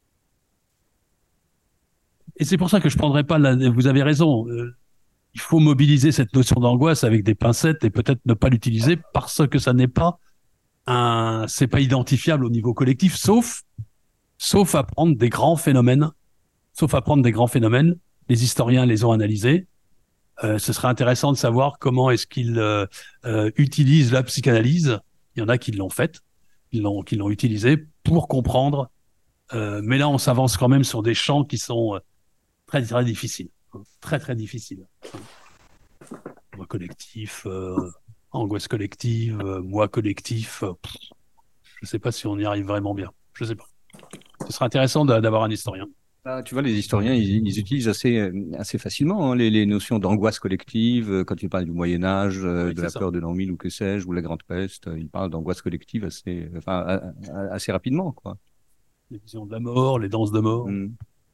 Et c'est pour ça que je prendrais pas la... Vous avez raison. Euh, il faut mobiliser cette notion d'angoisse avec des pincettes et peut-être ne pas l'utiliser parce que ça n'est pas un, c'est pas identifiable au niveau collectif, sauf, sauf à prendre des grands phénomènes, sauf à prendre des grands phénomènes. Les historiens les ont analysés. Euh, ce serait intéressant de savoir comment est-ce qu'ils euh, euh, utilisent la psychanalyse. Il y en a qui l'ont faite, qui l'ont, qui l'ont utilisée pour comprendre. Euh, mais là, on s'avance quand même sur des champs qui sont très, très difficiles. Très, très difficiles. Moi collectif, euh, angoisse collective, euh, moi collectif. Euh, pff, je ne sais pas si on y arrive vraiment bien. Je ne sais pas. Ce serait intéressant d'avoir un historien. Ah, tu vois, les historiens, ils, ils utilisent assez, assez facilement hein, les, les notions d'angoisse collective. Quand ils parlent du Moyen-Âge, euh, oui, de la ça. peur de l'an mille ou que sais-je, ou la Grande Peste, ils parlent d'angoisse collective assez, enfin, assez rapidement, quoi. Les visions de la mort, les danses de mort. Mmh.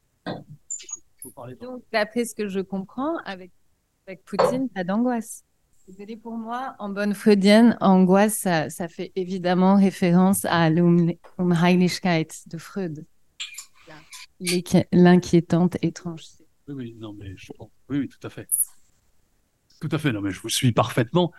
Donc, d'après ce que je comprends, avec, avec Poutine, pas d'angoisse. Désolée pour moi, en bonne freudienne, angoisse, ça, ça fait évidemment référence à l'Unheimlichkeit de Freud. L'inquiétante étrangeté. Oui, oui, non, mais je pense. Oui, oui, tout à fait. Tout à fait, non, mais je vous suis parfaitement.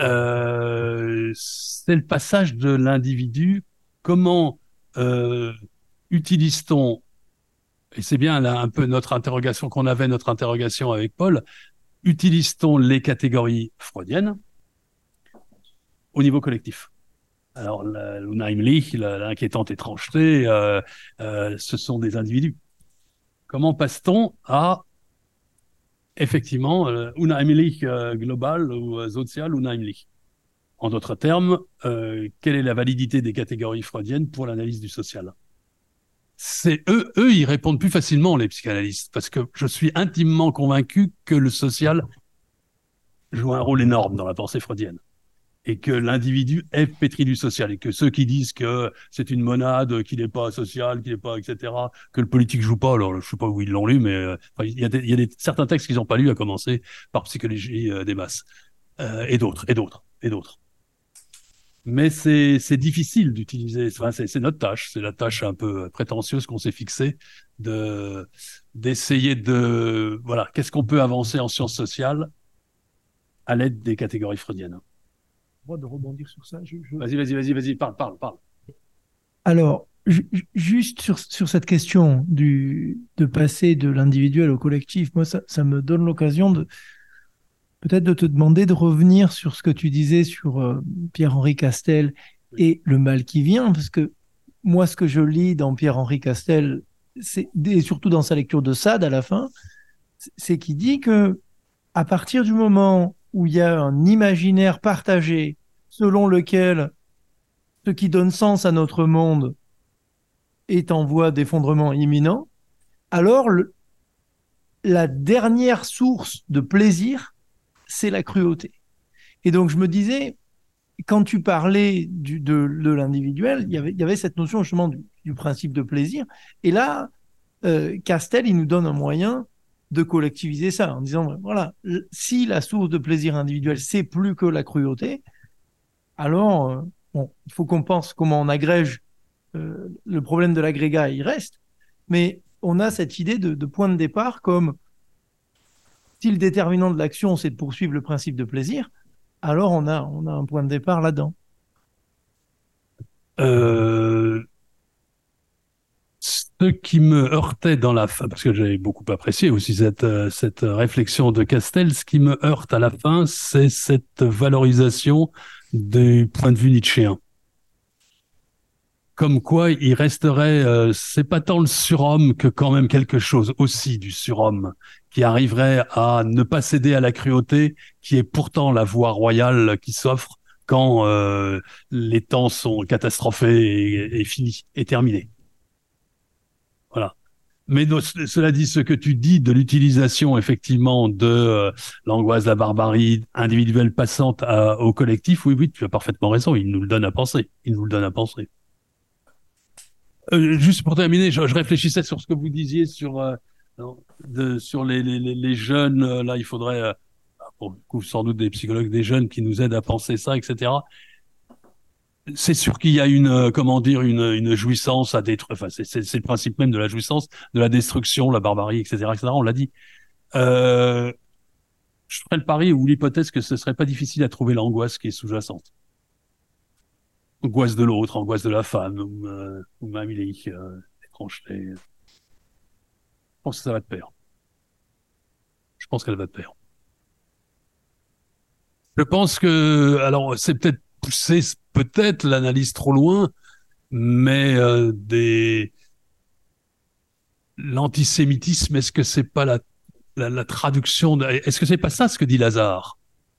Euh, c'est le passage de l'individu. Comment euh, utilise-t-on, et c'est bien là un peu notre interrogation qu'on avait, notre interrogation avec Paul, utilise-t-on les catégories freudiennes au niveau collectif? Alors, l'Unheimlich, l'inquiétante étrangeté, euh, euh, ce sont des individus. Comment passe-t-on à, effectivement, euh, Unheimlich euh, global ou euh, social Unheimlich? En d'autres termes, euh, quelle est la validité des catégories freudiennes pour l'analyse du social? C'est eux, eux, ils répondent plus facilement, les psychanalystes, parce que je suis intimement convaincu que le social joue un rôle énorme dans la pensée freudienne. Et que l'individu est pétri du social, et que ceux qui disent que c'est une monade, qu'il n'est pas social, qu'il n'est pas, et cetera, que le politique joue pas, alors je sais pas où ils l'ont lu, mais euh, il y a, des, il y a des, certains textes qu'ils n'ont pas lus, à commencer par Psychologie euh, des masses, euh, et d'autres, et d'autres, et d'autres. Mais c'est difficile d'utiliser, enfin, c'est notre tâche, c'est la tâche un peu prétentieuse qu'on s'est fixée, de d'essayer de, voilà, qu'est-ce qu'on peut avancer en sciences sociales à l'aide des catégories freudiennes. De rebondir sur ça. Je, je... Vas-y, vas-y, vas-y, vas-y, parle, parle, parle. Alors, ju juste sur, sur cette question du, de passer de l'individuel au collectif, moi, ça, ça me donne l'occasion de peut-être de te demander de revenir sur ce que tu disais sur euh, Pierre-Henri Castel oui. et le mal qui vient, parce que moi, ce que je lis dans Pierre-Henri Castel, c'est, et surtout dans sa lecture de Sade à la fin, c'est qu'il dit que à partir du moment où il y a un imaginaire partagé selon lequel ce qui donne sens à notre monde est en voie d'effondrement imminent, alors le, la dernière source de plaisir, c'est la cruauté. Et donc je me disais, quand tu parlais du, de, de l'individuel, il y avait, il y avait cette notion justement du, du principe de plaisir. Et là, euh, Castel, il nous donne un moyen de collectiviser ça en disant, voilà, si la source de plaisir individuel, c'est plus que la cruauté, alors, euh, bon, il faut qu'on pense comment on agrège euh, le problème de l'agrégat, il reste, mais on a cette idée de, de point de départ comme si le déterminant de l'action, c'est de poursuivre le principe de plaisir, alors on a, on a un point de départ là-dedans. Euh, ce qui me heurtait dans la fin, parce que j'avais beaucoup apprécié aussi cette, euh, cette réflexion de Castel, ce qui me heurte à la fin, c'est cette valorisation du point de vue nietzschéen. Comme quoi il resterait, euh, c'est pas tant le surhomme que quand même quelque chose aussi du surhomme qui arriverait à ne pas céder à la cruauté, qui est pourtant la voie royale qui s'offre quand euh, les temps sont catastrophés et, et finis, et terminés. Voilà. Mais no, cela dit, ce que tu dis de l'utilisation effectivement de euh, l'angoisse, la barbarie individuelle passante à, au collectif, oui, oui, tu as parfaitement raison, il nous le donne à penser. Il nous le donne à penser. Euh, juste pour terminer, je, je réfléchissais sur ce que vous disiez sur euh, de, sur les, les, les jeunes. Euh, là, il faudrait, euh, pour le coup, sans doute des psychologues, des jeunes qui nous aident à penser ça, et cetera. C'est sûr qu'il y a une, euh, comment dire, une, une jouissance à détruire. Enfin, c'est, c'est, c'est le principe même de la jouissance, de la destruction, la barbarie, et cetera, et cetera. On l'a dit. Euh, je ferais le pari ou l'hypothèse que ce serait pas difficile à trouver l'angoisse qui est sous-jacente. Angoisse de l'autre, angoisse de la femme, ou, euh, ou même les euh, étrangetés. Je pense que ça va de pair. Je pense qu'elle va de pair. Je pense que, alors, c'est peut-être pousser peut-être l'analyse trop loin, mais euh, des l'antisémitisme, est-ce que c'est pas la, la, la traduction de... Est-ce que c'est pas ça ce que dit Lazare?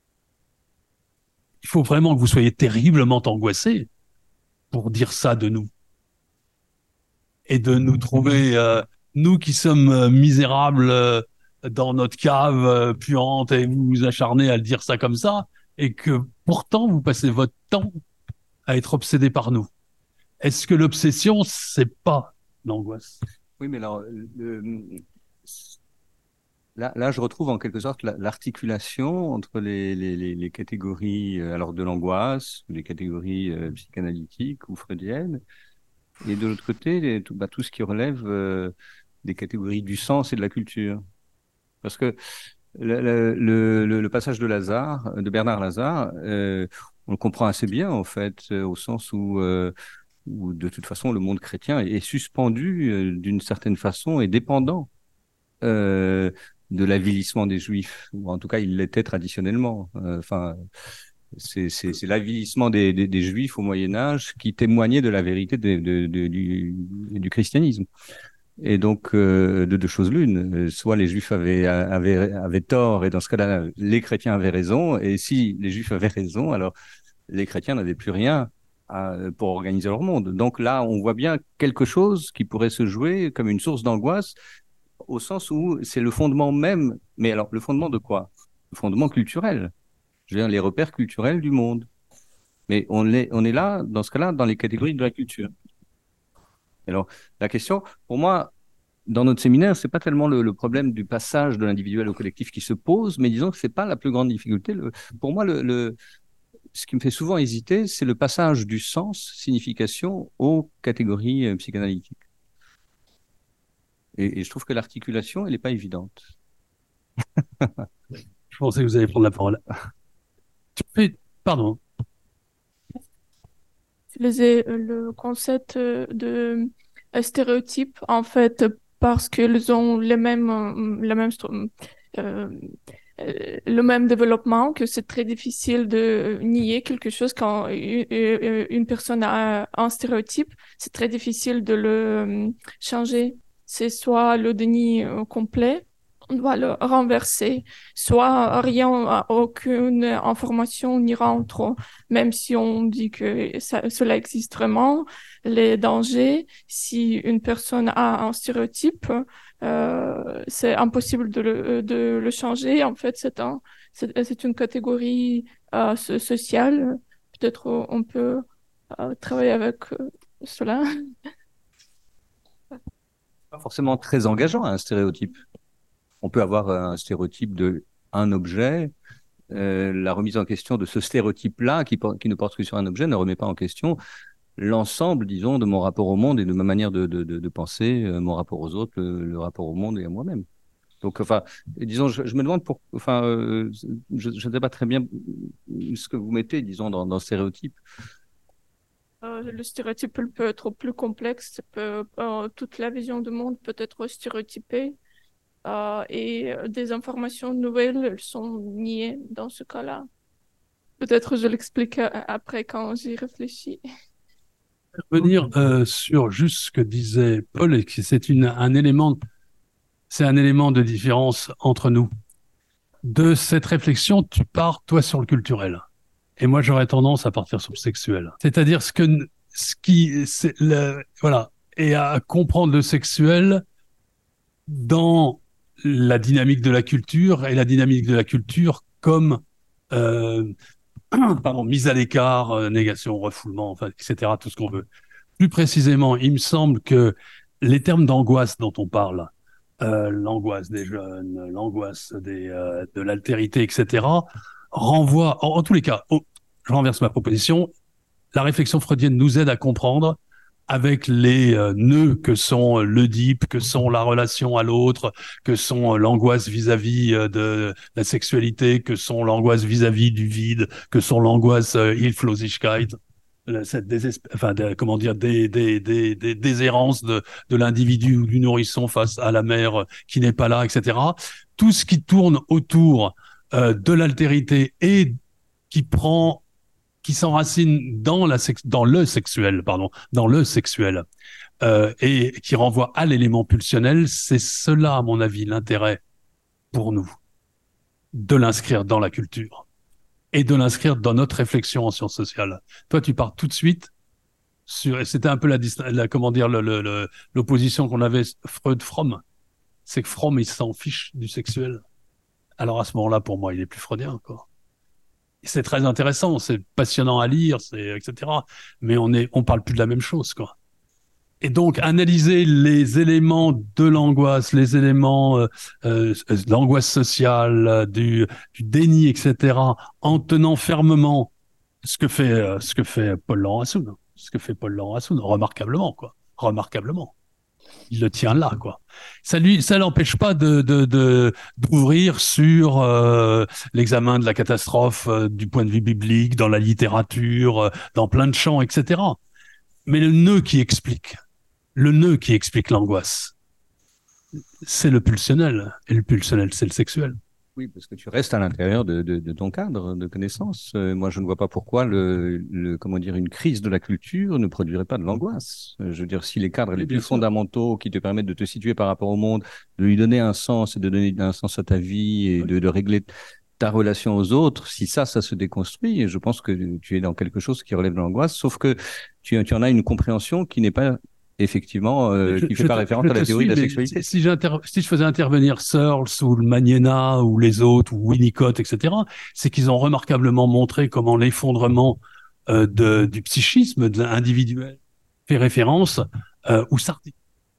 Il faut vraiment que vous soyez terriblement angoissés pour dire ça de nous. Et de nous trouver, euh, nous qui sommes euh, misérables euh, dans notre cave euh, puante, et vous vous acharnez à le dire ça comme ça, et que pourtant vous passez votre temps à être obsédé par nous. Est-ce que l'obsession, c'est pas l'angoisse? Oui, mais alors, le, là, là, je retrouve en quelque sorte la, l'articulation entre les, les, les, les catégories alors de l'angoisse, les catégories euh, psychanalytiques ou freudiennes, et de l'autre côté, les, tout, bah, tout ce qui relève euh, des catégories du sens et de la culture. Parce que le, le, le, le passage de Lazare, de Bernard Lazare, euh, on le comprend assez bien, en fait, euh, au sens où, euh, où, de toute façon, le monde chrétien est, est suspendu euh, d'une certaine façon et dépendant euh, de l'avilissement des Juifs, ou en tout cas, il l'était traditionnellement. Enfin, euh, c'est, c'est, c'est l'avilissement des, des, des Juifs au Moyen-Âge qui témoignait de la vérité de, de, de, du, du christianisme. Et donc, euh, de deux choses l'une, soit les Juifs avaient, avaient, avaient tort, et dans ce cas-là, les chrétiens avaient raison, et si les Juifs avaient raison, alors les chrétiens n'avaient plus rien à, pour organiser leur monde. Donc là, on voit bien quelque chose qui pourrait se jouer comme une source d'angoisse, au sens où c'est le fondement même, mais alors le fondement de quoi? Le fondement culturel, je veux dire les repères culturels du monde. Mais on est, on est là, dans ce cas-là, dans les catégories de la culture. Alors, la question, pour moi, dans notre séminaire, c'est pas tellement le, le problème du passage de l'individuel au collectif qui se pose, mais disons que c'est pas la plus grande difficulté. Le, pour moi, le, le, ce qui me fait souvent hésiter, c'est le passage du sens, signification, aux catégories euh, psychanalytiques. Et, et je trouve que l'articulation, elle n'est pas évidente. Je pensais que vous alliez prendre la parole. Pardon. Utiliser le concept de stéréotype, en fait, parce qu'ils ont les mêmes, les mêmes, euh, le même développement, que c'est très difficile de nier quelque chose quand une personne a un stéréotype, c'est très difficile de le changer. C'est soit le déni complet, on doit le renverser. Soit rien, aucune information n'y rentre, même si on dit que ça, cela existe vraiment. Les dangers, si une personne a un stéréotype, euh, c'est impossible de le, de le changer. En fait, c'est un, c'est, c'est une catégorie euh, sociale. Peut-être on peut euh, travailler avec euh, cela. Pas forcément très engageant, un stéréotype. On peut avoir un stéréotype de un objet. Euh, la remise en question de ce stéréotype-là, qui, qui ne porte que sur un objet, ne remet pas en question l'ensemble, disons, de mon rapport au monde et de ma manière de, de, de, de penser, euh, mon rapport aux autres, le, le rapport au monde et à moi-même. Donc, enfin, disons, je, je me demande pour, enfin, euh, je ne sais pas très bien ce que vous mettez, disons, dans, dans le stéréotype. Euh, le stéréotype peut être plus complexe, peut, euh, toute la vision du monde peut être stéréotypée. Euh, et des informations nouvelles elles sont niées dans ce cas-là. Peut-être je l'explique après quand j'y réfléchis. Revenir euh, sur juste ce que disait Paul, et que c'est une, un élément, c'est un élément de différence entre nous. De cette réflexion, tu pars, toi, sur le culturel. Et moi, j'aurais tendance à partir sur le sexuel. C'est-à-dire ce que, ce qui, c'est le, voilà, et à comprendre le sexuel dans la dynamique de la culture et la dynamique de la culture comme euh, pardon, mise à l'écart, euh, négation, refoulement, enfin, et cetera, tout ce qu'on veut. Plus précisément, il me semble que les termes d'angoisse dont on parle, euh, l'angoisse des jeunes, l'angoisse des, euh, de l'altérité, et cetera, renvoient, en, en tous les cas, oh, je renverse ma proposition, la réflexion freudienne nous aide à comprendre avec les euh, nœuds que sont l'Oedipe, que sont la relation à l'autre, que sont euh, l'angoisse vis-à-vis euh, de la sexualité, que sont l'angoisse vis-à-vis du vide, que sont l'angoisse euh, Hilflosigkeit, cette désesp... enfin, de, comment dire, des, des, des, des déshérence de, de l'individu ou du nourrisson face à la mère qui n'est pas là, et cetera. Tout ce qui tourne autour euh, de l'altérité et qui prend qui s'enracine dans la sex- dans le sexuel, pardon, dans le sexuel, euh, et qui renvoie à l'élément pulsionnel, c'est cela, à mon avis, l'intérêt pour nous de l'inscrire dans la culture et de l'inscrire dans notre réflexion en sciences sociales. Toi, tu pars tout de suite sur, et c'était un peu la, la comment dire, le, le, le, l'opposition qu'on avait Freud-Fromm, c'est que Fromm, il s'en fiche du sexuel. Alors à ce moment-là, pour moi, il est plus freudien, quoi. C'est très intéressant, c'est passionnant à lire, c'est et cetera. Mais on est, on parle plus de la même chose, quoi. Et donc analyser les éléments de l'angoisse, les éléments euh, euh, de l'angoisse sociale, euh, du, du déni, et cetera, en tenant fermement ce que fait euh, ce que fait Paul Laurent Assoun, ce que fait Paul Laurent Assoun, remarquablement, quoi, remarquablement. Il le tient là, quoi. Ça lui, ça l'empêche pas de, de, de, d'ouvrir sur euh, l'examen de la catastrophe euh, du point de vue biblique, dans la littérature, euh, dans plein de champs, et cetera. Mais le nœud qui explique, le nœud qui explique l'angoisse, c'est le pulsionnel. Et le pulsionnel, c'est le sexuel. Oui, parce que tu restes à l'intérieur de, de, de ton cadre de connaissances. Euh, moi, je ne vois pas pourquoi le, le, comment dire, une crise de la culture ne produirait pas de l'angoisse. Euh, je veux dire, si les cadres les Bien plus sûr. fondamentaux qui te permettent de te situer par rapport au monde, de lui donner un sens et de donner un sens à ta vie et Oui. de, de régler ta relation aux autres, si ça, ça se déconstruit, je pense que tu es dans quelque chose qui relève de l'angoisse, sauf que tu, tu en as une compréhension qui n'est pas effectivement, euh, Je- qui je fait pas te- référence je à la te théorie suis, de la mais sexualité. Si, si, j'inter- si je faisais intervenir Searles ou le Maniena ou les autres, ou Winnicott, et cetera, c'est qu'ils ont remarquablement montré comment l'effondrement euh, de, du psychisme de l'individuel fait référence euh, ou Sartre.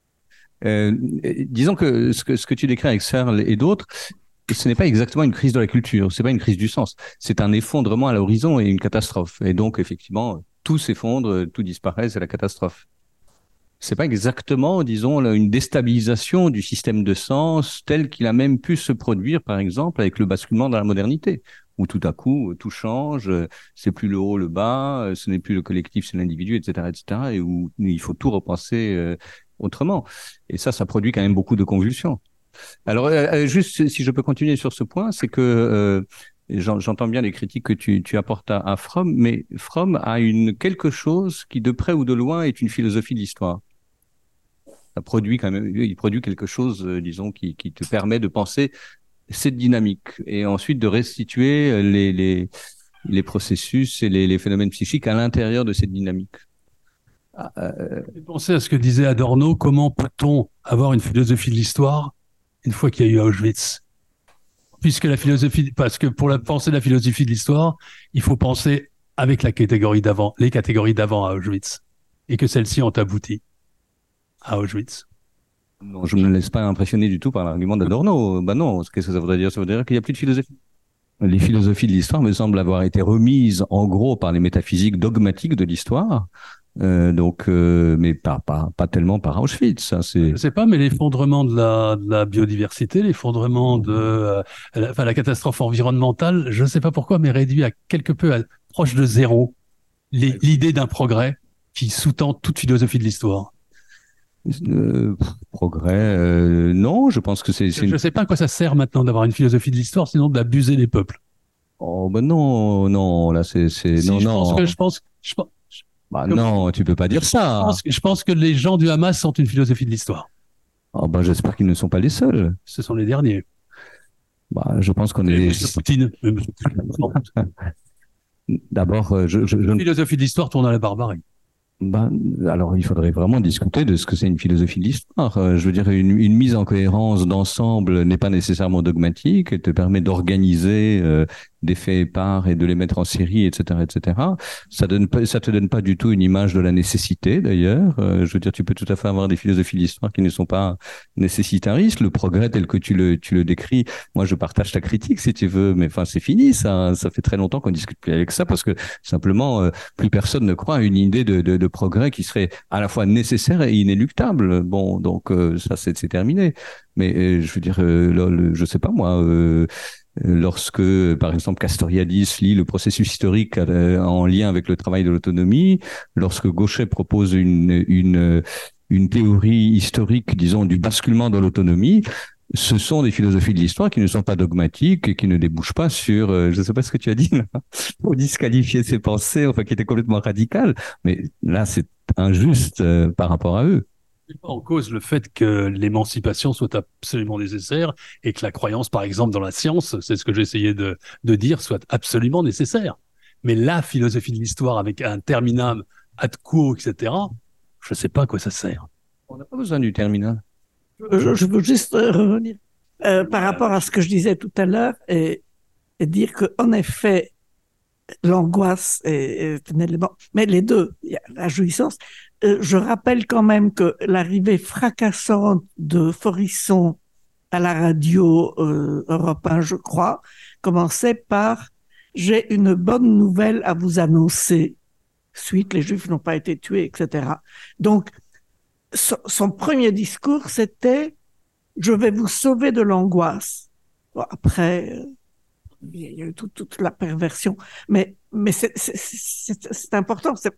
Euh, disons que ce que ce que tu décris avec Searle et d'autres, ce n'est pas exactement une crise de la culture, c'est pas une crise du sens, c'est un effondrement à l'horizon et une catastrophe. Et donc effectivement, tout s'effondre, tout disparaît, c'est la catastrophe. C'est pas exactement, disons, là, une déstabilisation du système de sens tel qu'il a même pu se produire, par exemple, avec le basculement dans la modernité, où tout à coup tout change, euh, c'est plus le haut, le bas, euh, ce n'est plus le collectif, c'est l'individu, et cetera, et cetera, et où il faut tout repenser euh, autrement. Et ça, ça produit quand même beaucoup de convulsions. Alors, euh, euh, juste si je peux continuer sur ce point, c'est que euh, j'en- j'entends bien les critiques que tu, tu apportes à, à Fromm, mais Fromm a une quelque chose qui, de près ou de loin, est une philosophie de l'histoire. ça produit quand même, il produit quelque chose, euh, disons, qui, qui te permet de penser cette dynamique et ensuite de restituer les, les, les processus et les, les phénomènes psychiques à l'intérieur de cette dynamique. Ah, euh... Pensez à ce que disait Adorno, comment peut-on avoir une philosophie de l'histoire une fois qu'il y a eu Auschwitz? Puisque la philosophie, parce que pour la penser la philosophie de l'histoire, il faut penser avec la catégorie d'avant, les catégories d'avant à Auschwitz, et que celles-ci ont abouti à Auschwitz. Non, je ne me laisse pas impressionner du tout par l'argument d'Adorno. Bah non, qu'est-ce que ça voudrait dire? Ça voudrait dire qu'il n'y a plus de philosophie. Les philosophies de l'histoire me semblent avoir été remises en gros par les métaphysiques dogmatiques de l'histoire. Euh, donc, euh, mais pas, pas, pas tellement par Auschwitz. Hein, c'est... Je sais pas, mais l'effondrement de la, de la biodiversité, l'effondrement de, euh, la, enfin, la catastrophe environnementale, je ne sais pas pourquoi, mais réduit à quelque peu à, proche de zéro les, l'idée d'un progrès qui sous-tend toute philosophie de l'histoire. Euh, progrès, euh, non, je pense que c'est. c'est Je ne une... sais pas à quoi ça sert maintenant d'avoir une philosophie de l'histoire, sinon d'abuser les peuples. Oh ben non, non, là c'est, c'est... Si, non, je non. Pense que, je pense, je pense, Bah non, tu peux pas dire ça. Je pense, je pense que les gens du Hamas ont une philosophie de l'histoire. Oh ben j'espère qu'ils ne sont pas les seuls. Ce sont les derniers. Bah, je pense qu'on est. Monsieur Poutine. D'abord, je, je, je... La philosophie de l'histoire tourne à la barbarie. Ben, alors, il faudrait vraiment discuter de ce que c'est une philosophie de l'histoire. Euh, je veux dire, une, une mise en cohérence d'ensemble n'est pas nécessairement dogmatique, elle te permet d'organiser euh, des faits épars et de les mettre en série, et cetera, et cetera. Ça donne pas, ça te donne pas du tout une image de la nécessité, d'ailleurs. Euh, je veux dire, tu peux tout à fait avoir des philosophies de l'histoire qui ne sont pas nécessitaristes. Le progrès tel que tu le, tu le décris, moi, je partage ta critique, si tu veux, mais enfin, c'est fini, ça. Ça fait très longtemps qu'on discute plus avec ça parce que simplement, euh, plus personne ne croit à une idée de, de, de progrès qui serait à la fois nécessaire et inéluctable. Bon, donc euh, ça c'est, c'est terminé. Mais euh, je veux dire, euh, le, le, je sais pas moi, euh, lorsque par exemple Castoriadis lit le processus historique euh, en lien avec le travail de l'autonomie, lorsque Gauchet propose une une une théorie historique, disons, du basculement dans l'autonomie. Ce sont des philosophies de l'histoire qui ne sont pas dogmatiques et qui ne débouchent pas sur, euh, je ne sais pas ce que tu as dit là, pour disqualifier ses pensées, enfin qui étaient complètement radicales. Mais là, c'est injuste euh, par rapport à eux. C'est pas en cause le fait que l'émancipation soit absolument nécessaire et que la croyance, par exemple, dans la science, c'est ce que j'essayais de, de dire, soit absolument nécessaire. Mais la philosophie de l'histoire avec un terminum ad quo, et cetera, je ne sais pas à quoi ça sert. On n'a pas besoin du terminal. Je, je veux juste revenir euh, par rapport à ce que je disais tout à l'heure et, et dire qu'en effet, l'angoisse est, est un élément, mais les deux, il y a la jouissance. Euh, je rappelle quand même que l'arrivée fracassante de Forisson à la radio euh, Europe un, je crois, commençait par « J'ai une bonne nouvelle à vous annoncer ». Suite, les Juifs n'ont pas été tués, et cetera. Donc, son premier discours, c'était « Je vais vous sauver de l'angoisse ». Bon, après, euh, il y a eu tout, toute la perversion, mais, mais c'est, c'est, c'est, c'est important. C'est,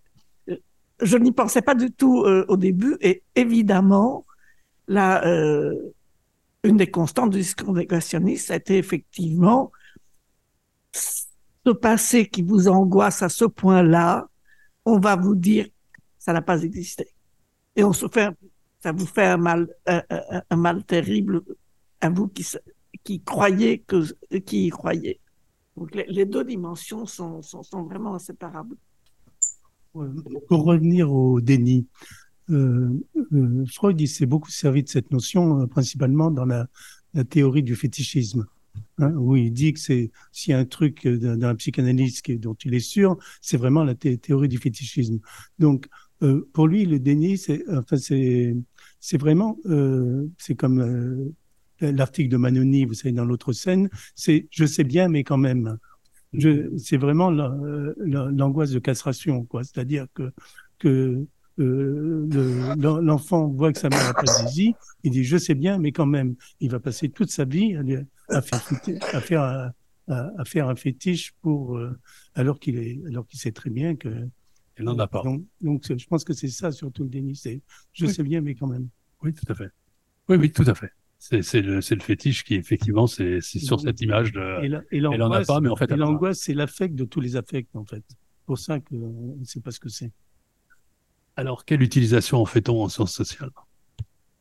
je n'y pensais pas du tout euh, au début, et évidemment, là, euh, une des constantes du discours négationniste, a été effectivement ce passé qui vous angoisse à ce point-là, on va vous dire ça n'a pas existé. Et on se fait, ça vous fait un mal, un, un, un mal terrible à vous qui, qui croyez que, qui y croyez. Donc les, les deux dimensions sont, sont, sont vraiment inséparables. Pour revenir au déni, euh, euh, Freud il s'est beaucoup servi de cette notion, euh, principalement dans la, la théorie du fétichisme. Hein, où il dit que c'est s'il y a un truc dans la psychanalyse qui, dont il est sûr, c'est vraiment la thé- théorie du fétichisme. Donc euh, pour lui, le déni, c'est enfin c'est c'est vraiment euh, c'est comme euh, l'article de Manoni, vous savez, dans l'autre scène, c'est je sais bien, mais quand même. Je, c'est vraiment la, la, l'angoisse de castration, quoi. C'est-à-dire que que euh, le, l'enfant voit que sa mère a pas de désir, il dit je sais bien, mais quand même, il va passer toute sa vie à, à faire à faire à, à faire un fétiche pour euh, alors qu'il est alors qu'il sait très bien que il n'en a pas. Donc, donc je pense que c'est ça surtout le déni, c'est je oui. sais bien, mais quand même. Oui, tout à fait. Oui, oui, tout à fait. C'est, c'est, le, c'est le fétiche qui, effectivement, c'est, c'est sur cette image de... Et, la, et elle en a pas, mais en fait... Et l'angoisse, c'est l'affect de tous les affects, en fait. C'est pour ça qu'on ne sait pas ce que c'est. Alors, quelle utilisation en fait-on en sciences sociales ?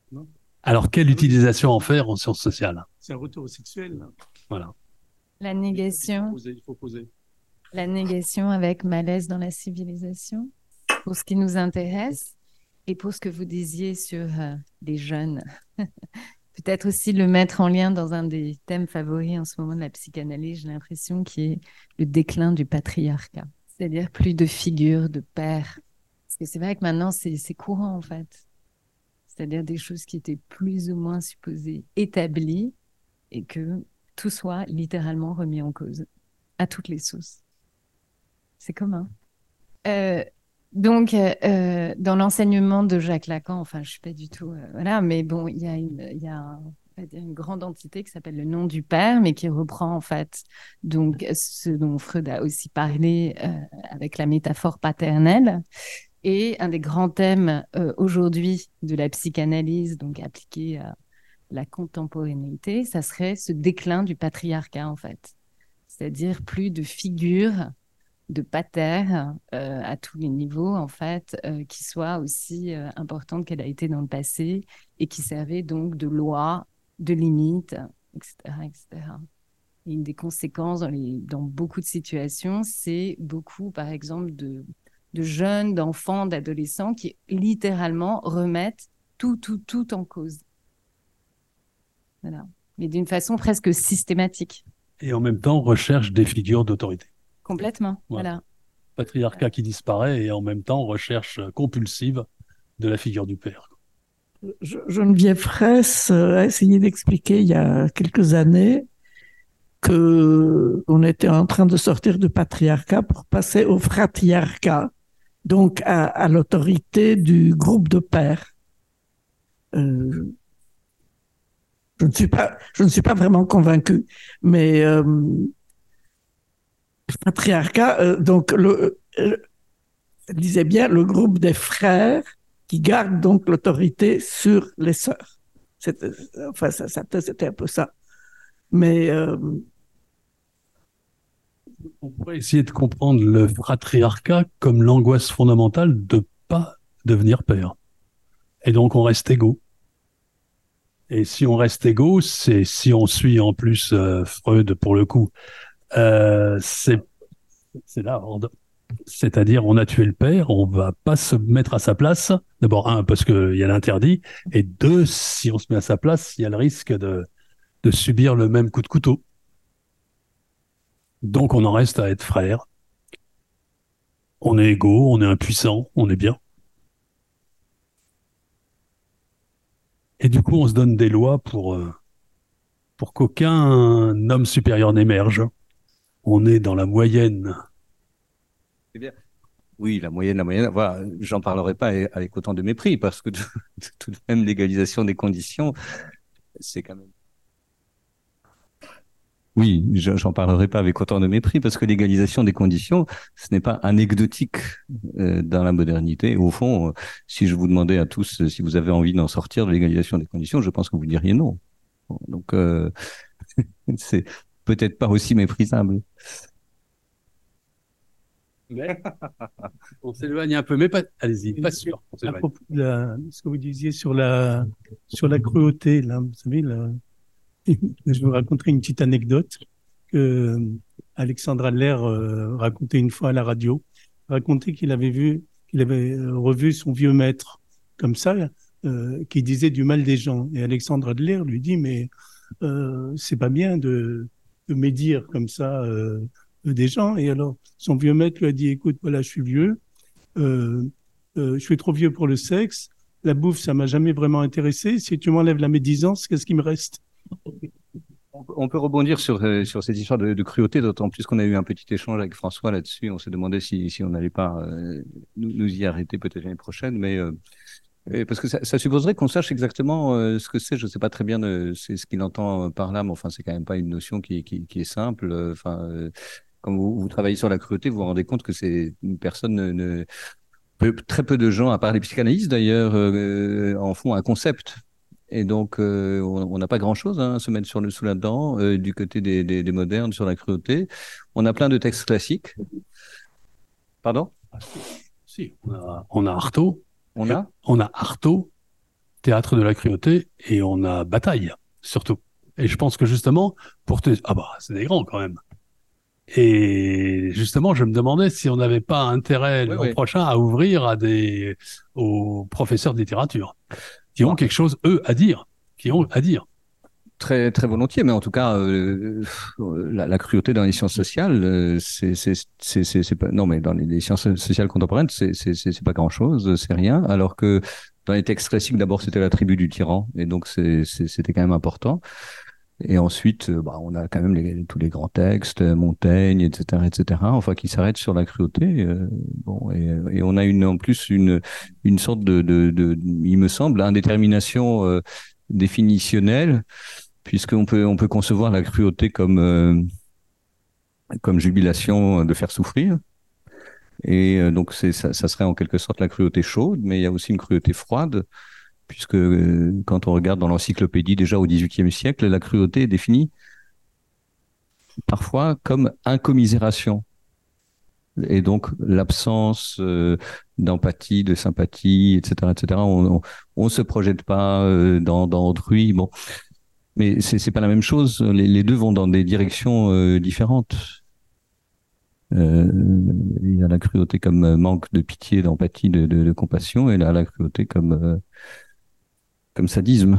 Non. Alors, quelle utilisation en faire en sciences sociales? C'est un retour sexuel. Là. Voilà. La négation. Il faut poser. Il faut poser. La négation avec malaise dans la civilisation, pour ce qui nous intéresse, et pour ce que vous disiez sur euh, les jeunes. Peut-être aussi le mettre en lien dans un des thèmes favoris en ce moment de la psychanalyse, j'ai l'impression, qui est le déclin du patriarcat. C'est-à-dire plus de figures, de pères. Parce que c'est vrai que maintenant, c'est, c'est courant, en fait. C'est-à-dire des choses qui étaient plus ou moins supposées établies et que tout soit littéralement remis en cause à toutes les sauces. C'est commun. Euh, donc, euh, dans l'enseignement de Jacques Lacan, enfin, je ne suis pas du tout... Euh, voilà, mais bon, il y a, une, il y a un, on va dire une grande entité qui s'appelle le nom du père, mais qui reprend, en fait, donc, ce dont Freud a aussi parlé euh, avec la métaphore paternelle. Et un des grands thèmes euh, aujourd'hui de la psychanalyse, donc appliqué à la contemporanéité, ça serait ce déclin du patriarcat, en fait. C'est-à-dire plus de figures de pater euh, à tous les niveaux, en fait, euh, qui soit aussi euh, importante qu'elle a été dans le passé et qui servait donc de loi, de limite, et cetera, et cetera. Et une des conséquences dans, les, dans beaucoup de situations, c'est beaucoup, par exemple, de, de jeunes, d'enfants, d'adolescents qui littéralement remettent tout, tout, tout en cause. Voilà. Mais d'une façon presque systématique. Et en même temps, recherche des figures d'autorité. Complètement, voilà. voilà. Patriarcat qui disparaît et en même temps, recherche compulsive de la figure du père. Geneviève Fraisse a essayé d'expliquer il y a quelques années qu'on était en train de sortir du patriarcat pour passer au fratriarcat, donc à, à l'autorité du groupe de pères. Euh, je ne suis pas, je ne suis pas vraiment convaincue, mais euh, patriarcat, euh, donc le, euh, elle disait bien le groupe des frères qui garde donc l'autorité sur les sœurs. C'était, enfin, ça, ça, c'était un peu ça. Mais euh, on pourrait essayer de comprendre le patriarcat comme l'angoisse fondamentale de ne pas devenir père. Et donc on reste égaux. Et si on reste égaux, c'est si on suit en plus euh, Freud pour le coup, euh, c'est c'est là, on, c'est-à-dire on a tué le père, on va pas se mettre à sa place. D'abord un parce que il y a l'interdit, et deux si on se met à sa place, il y a le risque de de subir le même coup de couteau. Donc on en reste à être frères. On est égaux, on est impuissants, on est bien. Et du coup, on se donne des lois pour, euh, pour qu'aucun homme supérieur n'émerge. On est dans la moyenne. C'est bien. Oui, la moyenne, la moyenne. Voilà, j'en parlerai pas avec autant de mépris parce que tout de même, l'égalisation des conditions, c'est quand même. Oui, j'en parlerai pas avec autant de mépris parce que l'égalisation des conditions, ce n'est pas anecdotique euh, dans la modernité. Au fond, euh, si je vous demandais à tous euh, si vous avez envie d'en sortir de l'égalisation des conditions, je pense que vous diriez non. Bon, donc, euh, c'est peut-être pas aussi méprisable. Mais on s'éloigne un peu, mais pas. Allez-y, pas sûr. À propos de la, ce que vous disiez sur la sur la cruauté, là, vous savez, là, je vous raconterai une petite anecdote que Alexandre Adler euh, racontait une fois à la radio. Il racontait qu'il avait vu, qu'il avait revu son vieux maître comme ça, euh, qui disait du mal des gens. Et Alexandre Adler lui dit mais euh, c'est pas bien de, de médire comme ça euh, des gens. Et alors son vieux maître lui a dit écoute, voilà, je suis vieux, euh, euh, je suis trop vieux pour le sexe. La bouffe, ça m'a jamais vraiment intéressé. Si tu m'enlèves la médisance, qu'est-ce qui me reste? On peut rebondir sur, euh, sur cette histoire de, de cruauté, d'autant plus qu'on a eu un petit échange avec François là-dessus. On s'est demandé si, si on n'allait pas euh, nous, nous y arrêter peut-être l'année prochaine, mais euh, parce que ça, ça supposerait qu'on sache exactement euh, ce que c'est. Je ne sais pas très bien euh, c'est ce qu'il entend par là, mais enfin, c'est quand même pas une notion qui, qui, qui est simple. Enfin, euh, quand vous, vous travaillez sur la cruauté, vous vous rendez compte que c'est une personne ne, ne peu, très peu de gens, à part les psychanalystes d'ailleurs, euh, en font un concept. Et donc, euh, on n'a pas grand-chose hein, à se mettre sur le sous là-dedans, euh, du côté des, des, des modernes sur la cruauté. On a plein de textes classiques. Pardon ? Si, on a, on a Artaud. On a On a Artaud théâtre de la cruauté et on a bataille, surtout. Et je pense que justement, pour te... Ah bah, c'est des grands quand même. Et justement, je me demandais si on n'avait pas intérêt Ouais, l'an ouais. prochain à ouvrir à des... aux professeurs de littérature qui ont Ouais. quelque chose, eux, à dire. Qui ont à dire. Très, très volontiers, mais en tout cas, euh, la, la cruauté dans les sciences sociales, euh, c'est, c'est, c'est, c'est, c'est pas, non, mais dans les, les sciences sociales contemporaines, c'est, c'est, c'est, c'est pas grand chose, c'est rien, alors que dans les textes classiques, d'abord, c'était la tribu du tyran, et donc c'est, c'est, c'était quand même important. Et ensuite, euh, bah, on a quand même les, tous les grands textes, Montaigne, et cetera, et cetera, enfin, qui s'arrêtent sur la cruauté. Euh, bon, et, et on a une, en plus une, une sorte de, de, de, il me semble, indétermination euh, définitionnelle, puisqu'on peut, on peut concevoir la cruauté comme, euh, comme jubilation de faire souffrir. Et euh, donc, c'est, ça, ça serait en quelque sorte la cruauté chaude, mais il y a aussi une cruauté froide, puisque euh, quand on regarde dans l'encyclopédie, déjà au dix-huitième siècle, la cruauté est définie parfois comme incommisération. Et donc, l'absence euh, d'empathie, de sympathie, et cetera, et cetera. On, on, on se projette pas euh, dans, dans autrui. Bon. Mais c'est, c'est pas la même chose. Les, les deux vont dans des directions euh, différentes. Euh, il y a la cruauté comme manque de pitié, d'empathie, de, de, de compassion, et là, la cruauté comme, euh, comme sadisme.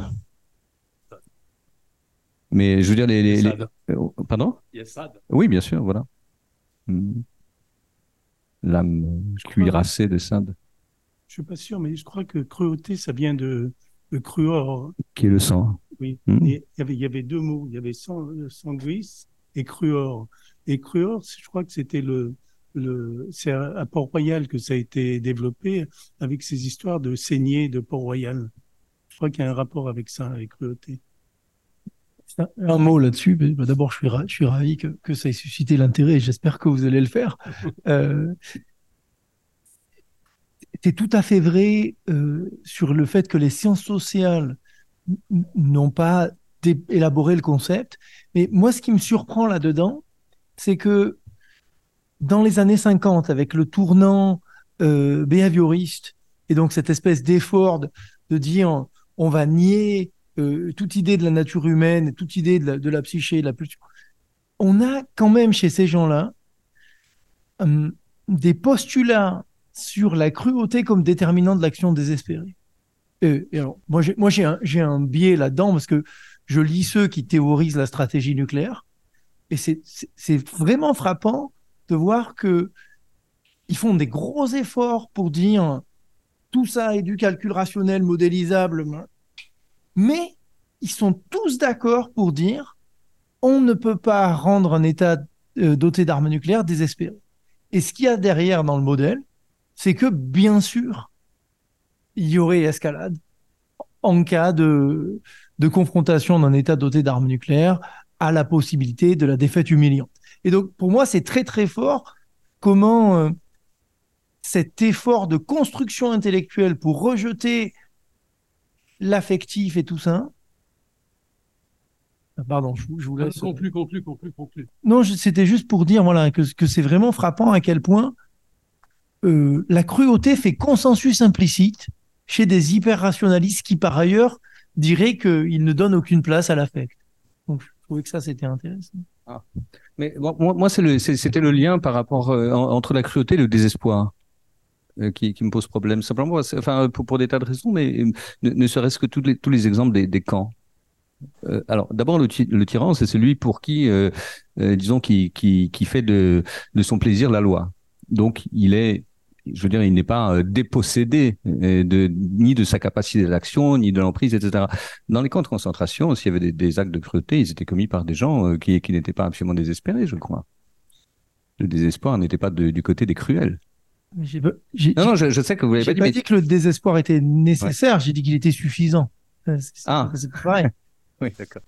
Mais je veux dire, les... les, les... Euh, pardon? Oui, bien sûr, voilà. Hmm. L'âme cuirassée de Sade. Je suis pas sûr, mais je crois que cruauté, ça vient de, de cruor. Qui est le sang. Oui. Hmm. Et il y avait, il y avait deux mots. Il y avait sang, sanguis et cruor. Et cruor, je crois que c'était le, le, c'est à Port-Royal que ça a été développé avec ces histoires de saignée de Port-Royal. Je crois qu'il y a un rapport avec ça, avec cruauté. Un, un mot là-dessus. D'abord, je suis, ra- je suis ravi que, que ça ait suscité l'intérêt et j'espère que vous allez le faire. Euh, c'est tout à fait vrai euh, sur le fait que les sciences sociales n- n'ont pas dé- élaboré le concept. Mais moi, ce qui me surprend là-dedans, c'est que dans les années cinquante, avec le tournant euh, behavioriste, et donc cette espèce d'effort de, de dire on va nier euh, toute idée de la nature humaine, toute idée de la, de la psyché, de la pulsion, on a quand même chez ces gens-là euh, des postulats sur la cruauté comme déterminant de l'action désespérée. Et, et alors, moi, j'ai, moi, j'ai un, j'ai un biais là-dedans parce que je lis ceux qui théorisent la stratégie nucléaire, et c'est, c'est, c'est vraiment frappant de voir que ils font des gros efforts pour dire tout ça est du calcul rationnel modélisable, mais ils sont tous d'accord pour dire on ne peut pas rendre un État euh, doté d'armes nucléaires désespéré. Et ce qu'il y a derrière dans le modèle, c'est que bien sûr, il y aurait escalade en cas de, de confrontation d'un État doté d'armes nucléaires à la possibilité de la défaite humiliante. Et donc, pour moi, c'est très très fort comment euh, cet effort de construction intellectuelle pour rejeter l'affectif et tout ça. Pardon, je, je vous laisse. Conclu, conclu, conclu, conclu. Non, je, c'était juste pour dire voilà, que, que c'est vraiment frappant à quel point euh, la cruauté fait consensus implicite chez des hyper-rationalistes qui, par ailleurs, diraient qu'ils ne donnent aucune place à l'affect. Donc, je trouvais que ça, c'était intéressant. Ah. Mais bon, moi, moi c'est le, c'est, c'était le lien par rapport euh, en, entre la cruauté et le désespoir euh, qui, qui me pose problème. Simplement, c'est, enfin, pour, pour des tas de raisons, mais euh, ne, ne serait-ce que tous les, tous les exemples des, des camps. Euh, alors, d'abord, le, ty- le tyran, c'est celui pour qui, euh, euh, disons, qui, qui, qui fait de, de son plaisir la loi. Donc, il est, je veux dire, il n'est pas euh, dépossédé euh, de, ni de sa capacité d'action, ni de l'emprise, et cetera. Dans les camps de concentration, s'il y avait des, des actes de cruauté, ils étaient commis par des gens euh, qui, qui n'étaient pas absolument désespérés, je crois. Le désespoir n'était pas de- du côté des cruels. Mais j'ai, pas- j'ai, Non, non, je, je sais que vous l'avez j'ai pas dit, pas mais... dit que le désespoir était nécessaire, j'ai dit qu'il était suffisant. Euh, C'est, c'est, Ah. c'est pareil. Oui, d'accord.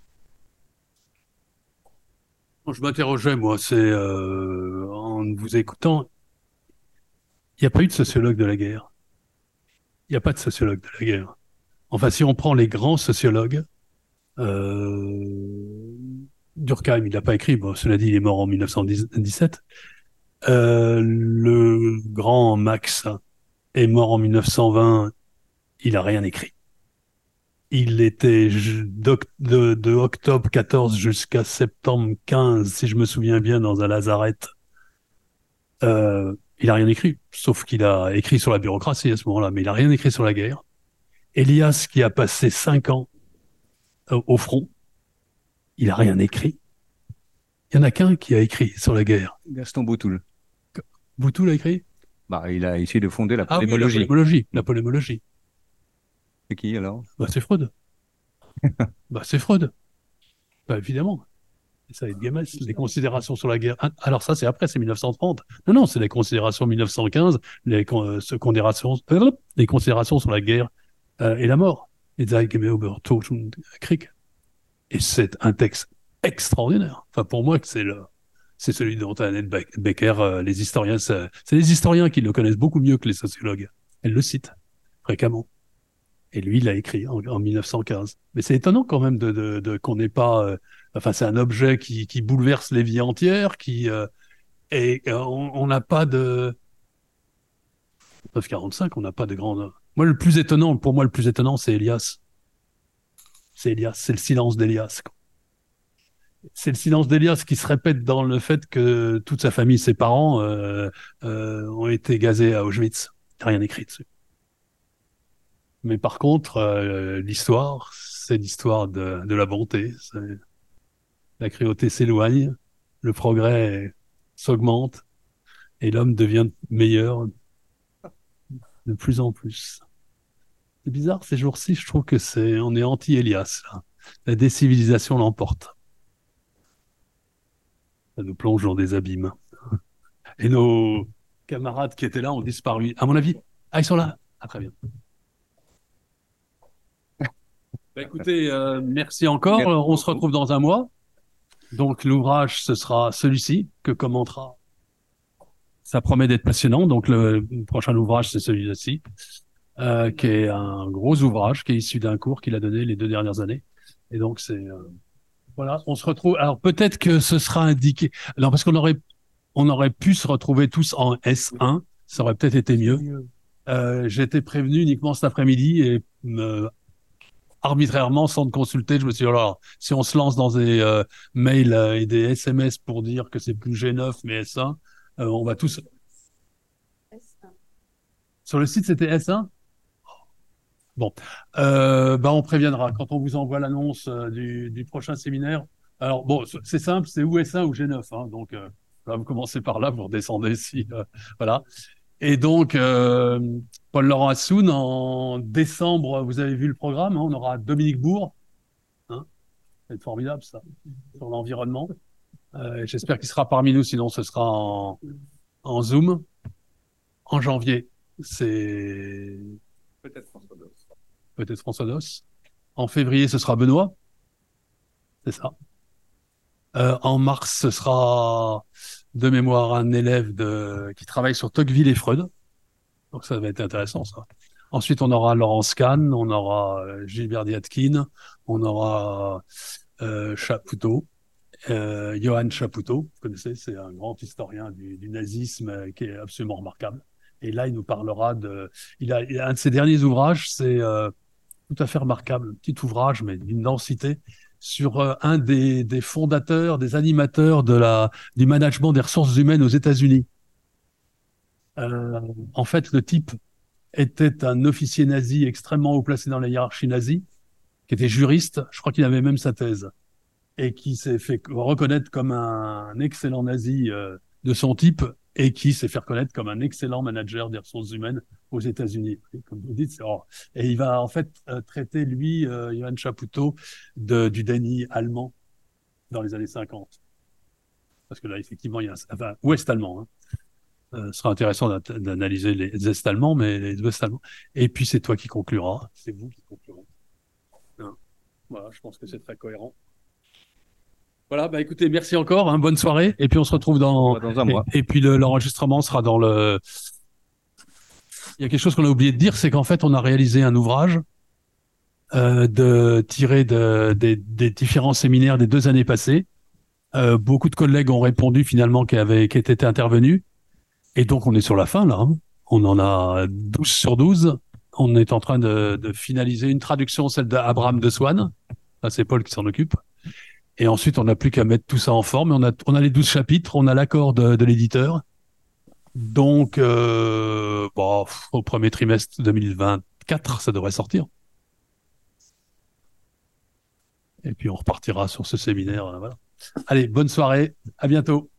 Je m'interrogeais, moi, c'est euh, en vous écoutant, il n'y a pas eu de sociologue de la guerre. Il n'y a pas de sociologue de la guerre. Enfin, si on prend les grands sociologues, euh, Durkheim, il n'a pas écrit, bon, cela dit, il est mort en mille neuf cent dix-sept. Euh, le grand Max est mort en mille neuf cent vingt, il n'a rien écrit. il était de, de, de octobre quatorze jusqu'à septembre quinze, si je me souviens bien, dans un lazaret. Euh, il a rien écrit, sauf qu'il a écrit sur la bureaucratie à ce moment-là, mais il a rien écrit sur la guerre. Elias, qui a passé cinq ans euh, au front, il a rien écrit. Il y en a qu'un qui a écrit sur la guerre. Gaston Boutoul. Boutoul a écrit? Bah, il a essayé de fonder la Ah oui, la polémologie. polémologie. La polémologie. C'est qui alors? Bah, c'est Freud. bah, c'est Freud. Bah, évidemment. Et ça va être Goebbels, les considérations sur la guerre. Ah, alors ça, c'est après, c'est mille neuf cent trente. Non, non, c'est les considérations mille neuf cent quinze, les, con, ce considérations, euh, les considérations sur la guerre euh, et la mort. Et Krieg. Et c'est un texte extraordinaire. Enfin, pour moi, c'est le, c'est celui d'Antoinette Becker. Euh, les historiens, c'est les historiens qui le connaissent beaucoup mieux que les sociologues. Elle le cite fréquemment. Et lui, il l'a écrit en, en mille neuf cent quinze. Mais c'est étonnant quand même de, de, de qu'on n'ait pas. Euh, enfin, c'est un objet qui, qui bouleverse les vies entières, qui euh, et euh, on n'a pas de. neuf quarante-cinq, on n'a pas de grande. Moi, le plus étonnant, pour moi, le plus étonnant, c'est Elias. C'est Elias, c'est le silence d'Elias. C'est le silence d'Elias qui se répète dans le fait que toute sa famille, ses parents, euh, euh, ont été gazés à Auschwitz. Il n'y a rien écrit dessus. Mais par contre, euh, l'histoire, c'est l'histoire de, de la bonté. La cruauté s'éloigne, le progrès s'augmente et l'homme devient meilleur de plus en plus. C'est bizarre, ces jours-ci, je trouve que c'est, on est anti-Elias, là. La décivilisation l'emporte. Ça nous plonge dans des abîmes. Et nos camarades qui étaient là ont disparu. À mon avis, ah, ils sont là. Ah, très bien. Bah, écoutez, euh, merci encore. Merci. On se retrouve dans un mois. Donc, l'ouvrage, ce sera celui-ci que commentera. Ça promet d'être passionnant. Donc, le prochain ouvrage, c'est celui-ci, euh, qui est un gros ouvrage, qui est issu d'un cours qu'il a donné les deux dernières années. Et donc, c'est... Euh, voilà, on se retrouve... Alors, peut-être que ce sera indiqué... Alors, parce qu'on aurait, on aurait pu se retrouver tous en S un. Ça aurait peut-être été mieux. Euh, j'ai été prévenu uniquement cet après-midi et... Euh, arbitrairement, sans te consulter, je me suis dit, alors, si on se lance dans des euh, mails euh, et des S M S pour dire que c'est plus G neuf, mais S un, euh, on va tous... S un. Sur le site, c'était S un? Bon, euh, bah, on préviendra quand on vous envoie l'annonce euh, du, du prochain séminaire. Alors, bon, c'est simple, c'est ou S un ou G neuf, hein, donc euh, là, vous commencez par là, vous redescendez ici, euh, voilà. Et donc, euh, Paul-Laurent Assoun, en décembre, vous avez vu le programme, hein, on aura Dominique Bourg, hein, c'est formidable ça, sur l'environnement. Euh, J'espère qu'il sera parmi nous, sinon ce sera en, en Zoom. En janvier, c'est peut-être François Dos. Peut-être François Dos. En février, ce sera Benoît, c'est ça. Euh, en mars, ce sera de mémoire un élève de, qui travaille sur Tocqueville et Freud. Donc ça va être intéressant, ça. Ensuite, on aura Laurence Kahn, on aura euh, Gilbert Diatkin, on aura euh, Chapoutot, euh, Johann Chapoutot, vous connaissez, c'est un grand historien du, du nazisme euh, qui est absolument remarquable. Et là, il nous parlera de... Il a, il a un de ses derniers ouvrages, c'est euh, tout à fait remarquable, un petit ouvrage, mais d'une densité, sur euh, un des, des fondateurs, des animateurs de la, du management des ressources humaines aux États-Unis. Euh, en fait, le type était un officier nazi extrêmement haut placé dans la hiérarchie nazie, qui était juriste, je crois qu'il avait même sa thèse, et qui s'est fait reconnaître comme un excellent nazi euh, de son type, et qui s'est fait reconnaître comme un excellent manager des ressources humaines aux États-Unis. Comme vous dites, c'est oh. Et il va en fait euh, traiter, lui, euh, Johann Chapoutot, de, du déni allemand dans les années cinquante. Parce que là, effectivement, il y a un... Enfin, ouest-allemand, hein. Euh, ce sera intéressant d'analyser les Est-allemands, mais les Ouest-allemands. Et puis, c'est toi qui concluras. C'est vous qui conclurez. Hein. Voilà, je pense que c'est très cohérent. Voilà, bah écoutez, merci encore, hein, bonne soirée. Et puis, on se retrouve dans, dans un mois. Et, et puis, l'enregistrement sera dans le... Il y a quelque chose qu'on a oublié de dire, c'est qu'en fait, on a réalisé un ouvrage euh, de, tiré de, de, des différents séminaires des deux années passées. Euh, beaucoup de collègues ont répondu, finalement, qui, avaient, qui étaient intervenus. Et donc, on est sur la fin, là. Hein. On en a douze sur douze. on est en train de, de finaliser une traduction, celle d'Abraham de Swann. Là, c'est Paul qui s'en occupe. Et ensuite, on n'a plus qu'à mettre tout ça en forme. On a, on a les douze chapitres, on a l'accord de, de l'éditeur. Donc, euh, bon, au premier trimestre deux mille vingt-quatre, ça devrait sortir. Et puis, on repartira sur ce séminaire. Voilà. Allez, bonne soirée. À bientôt.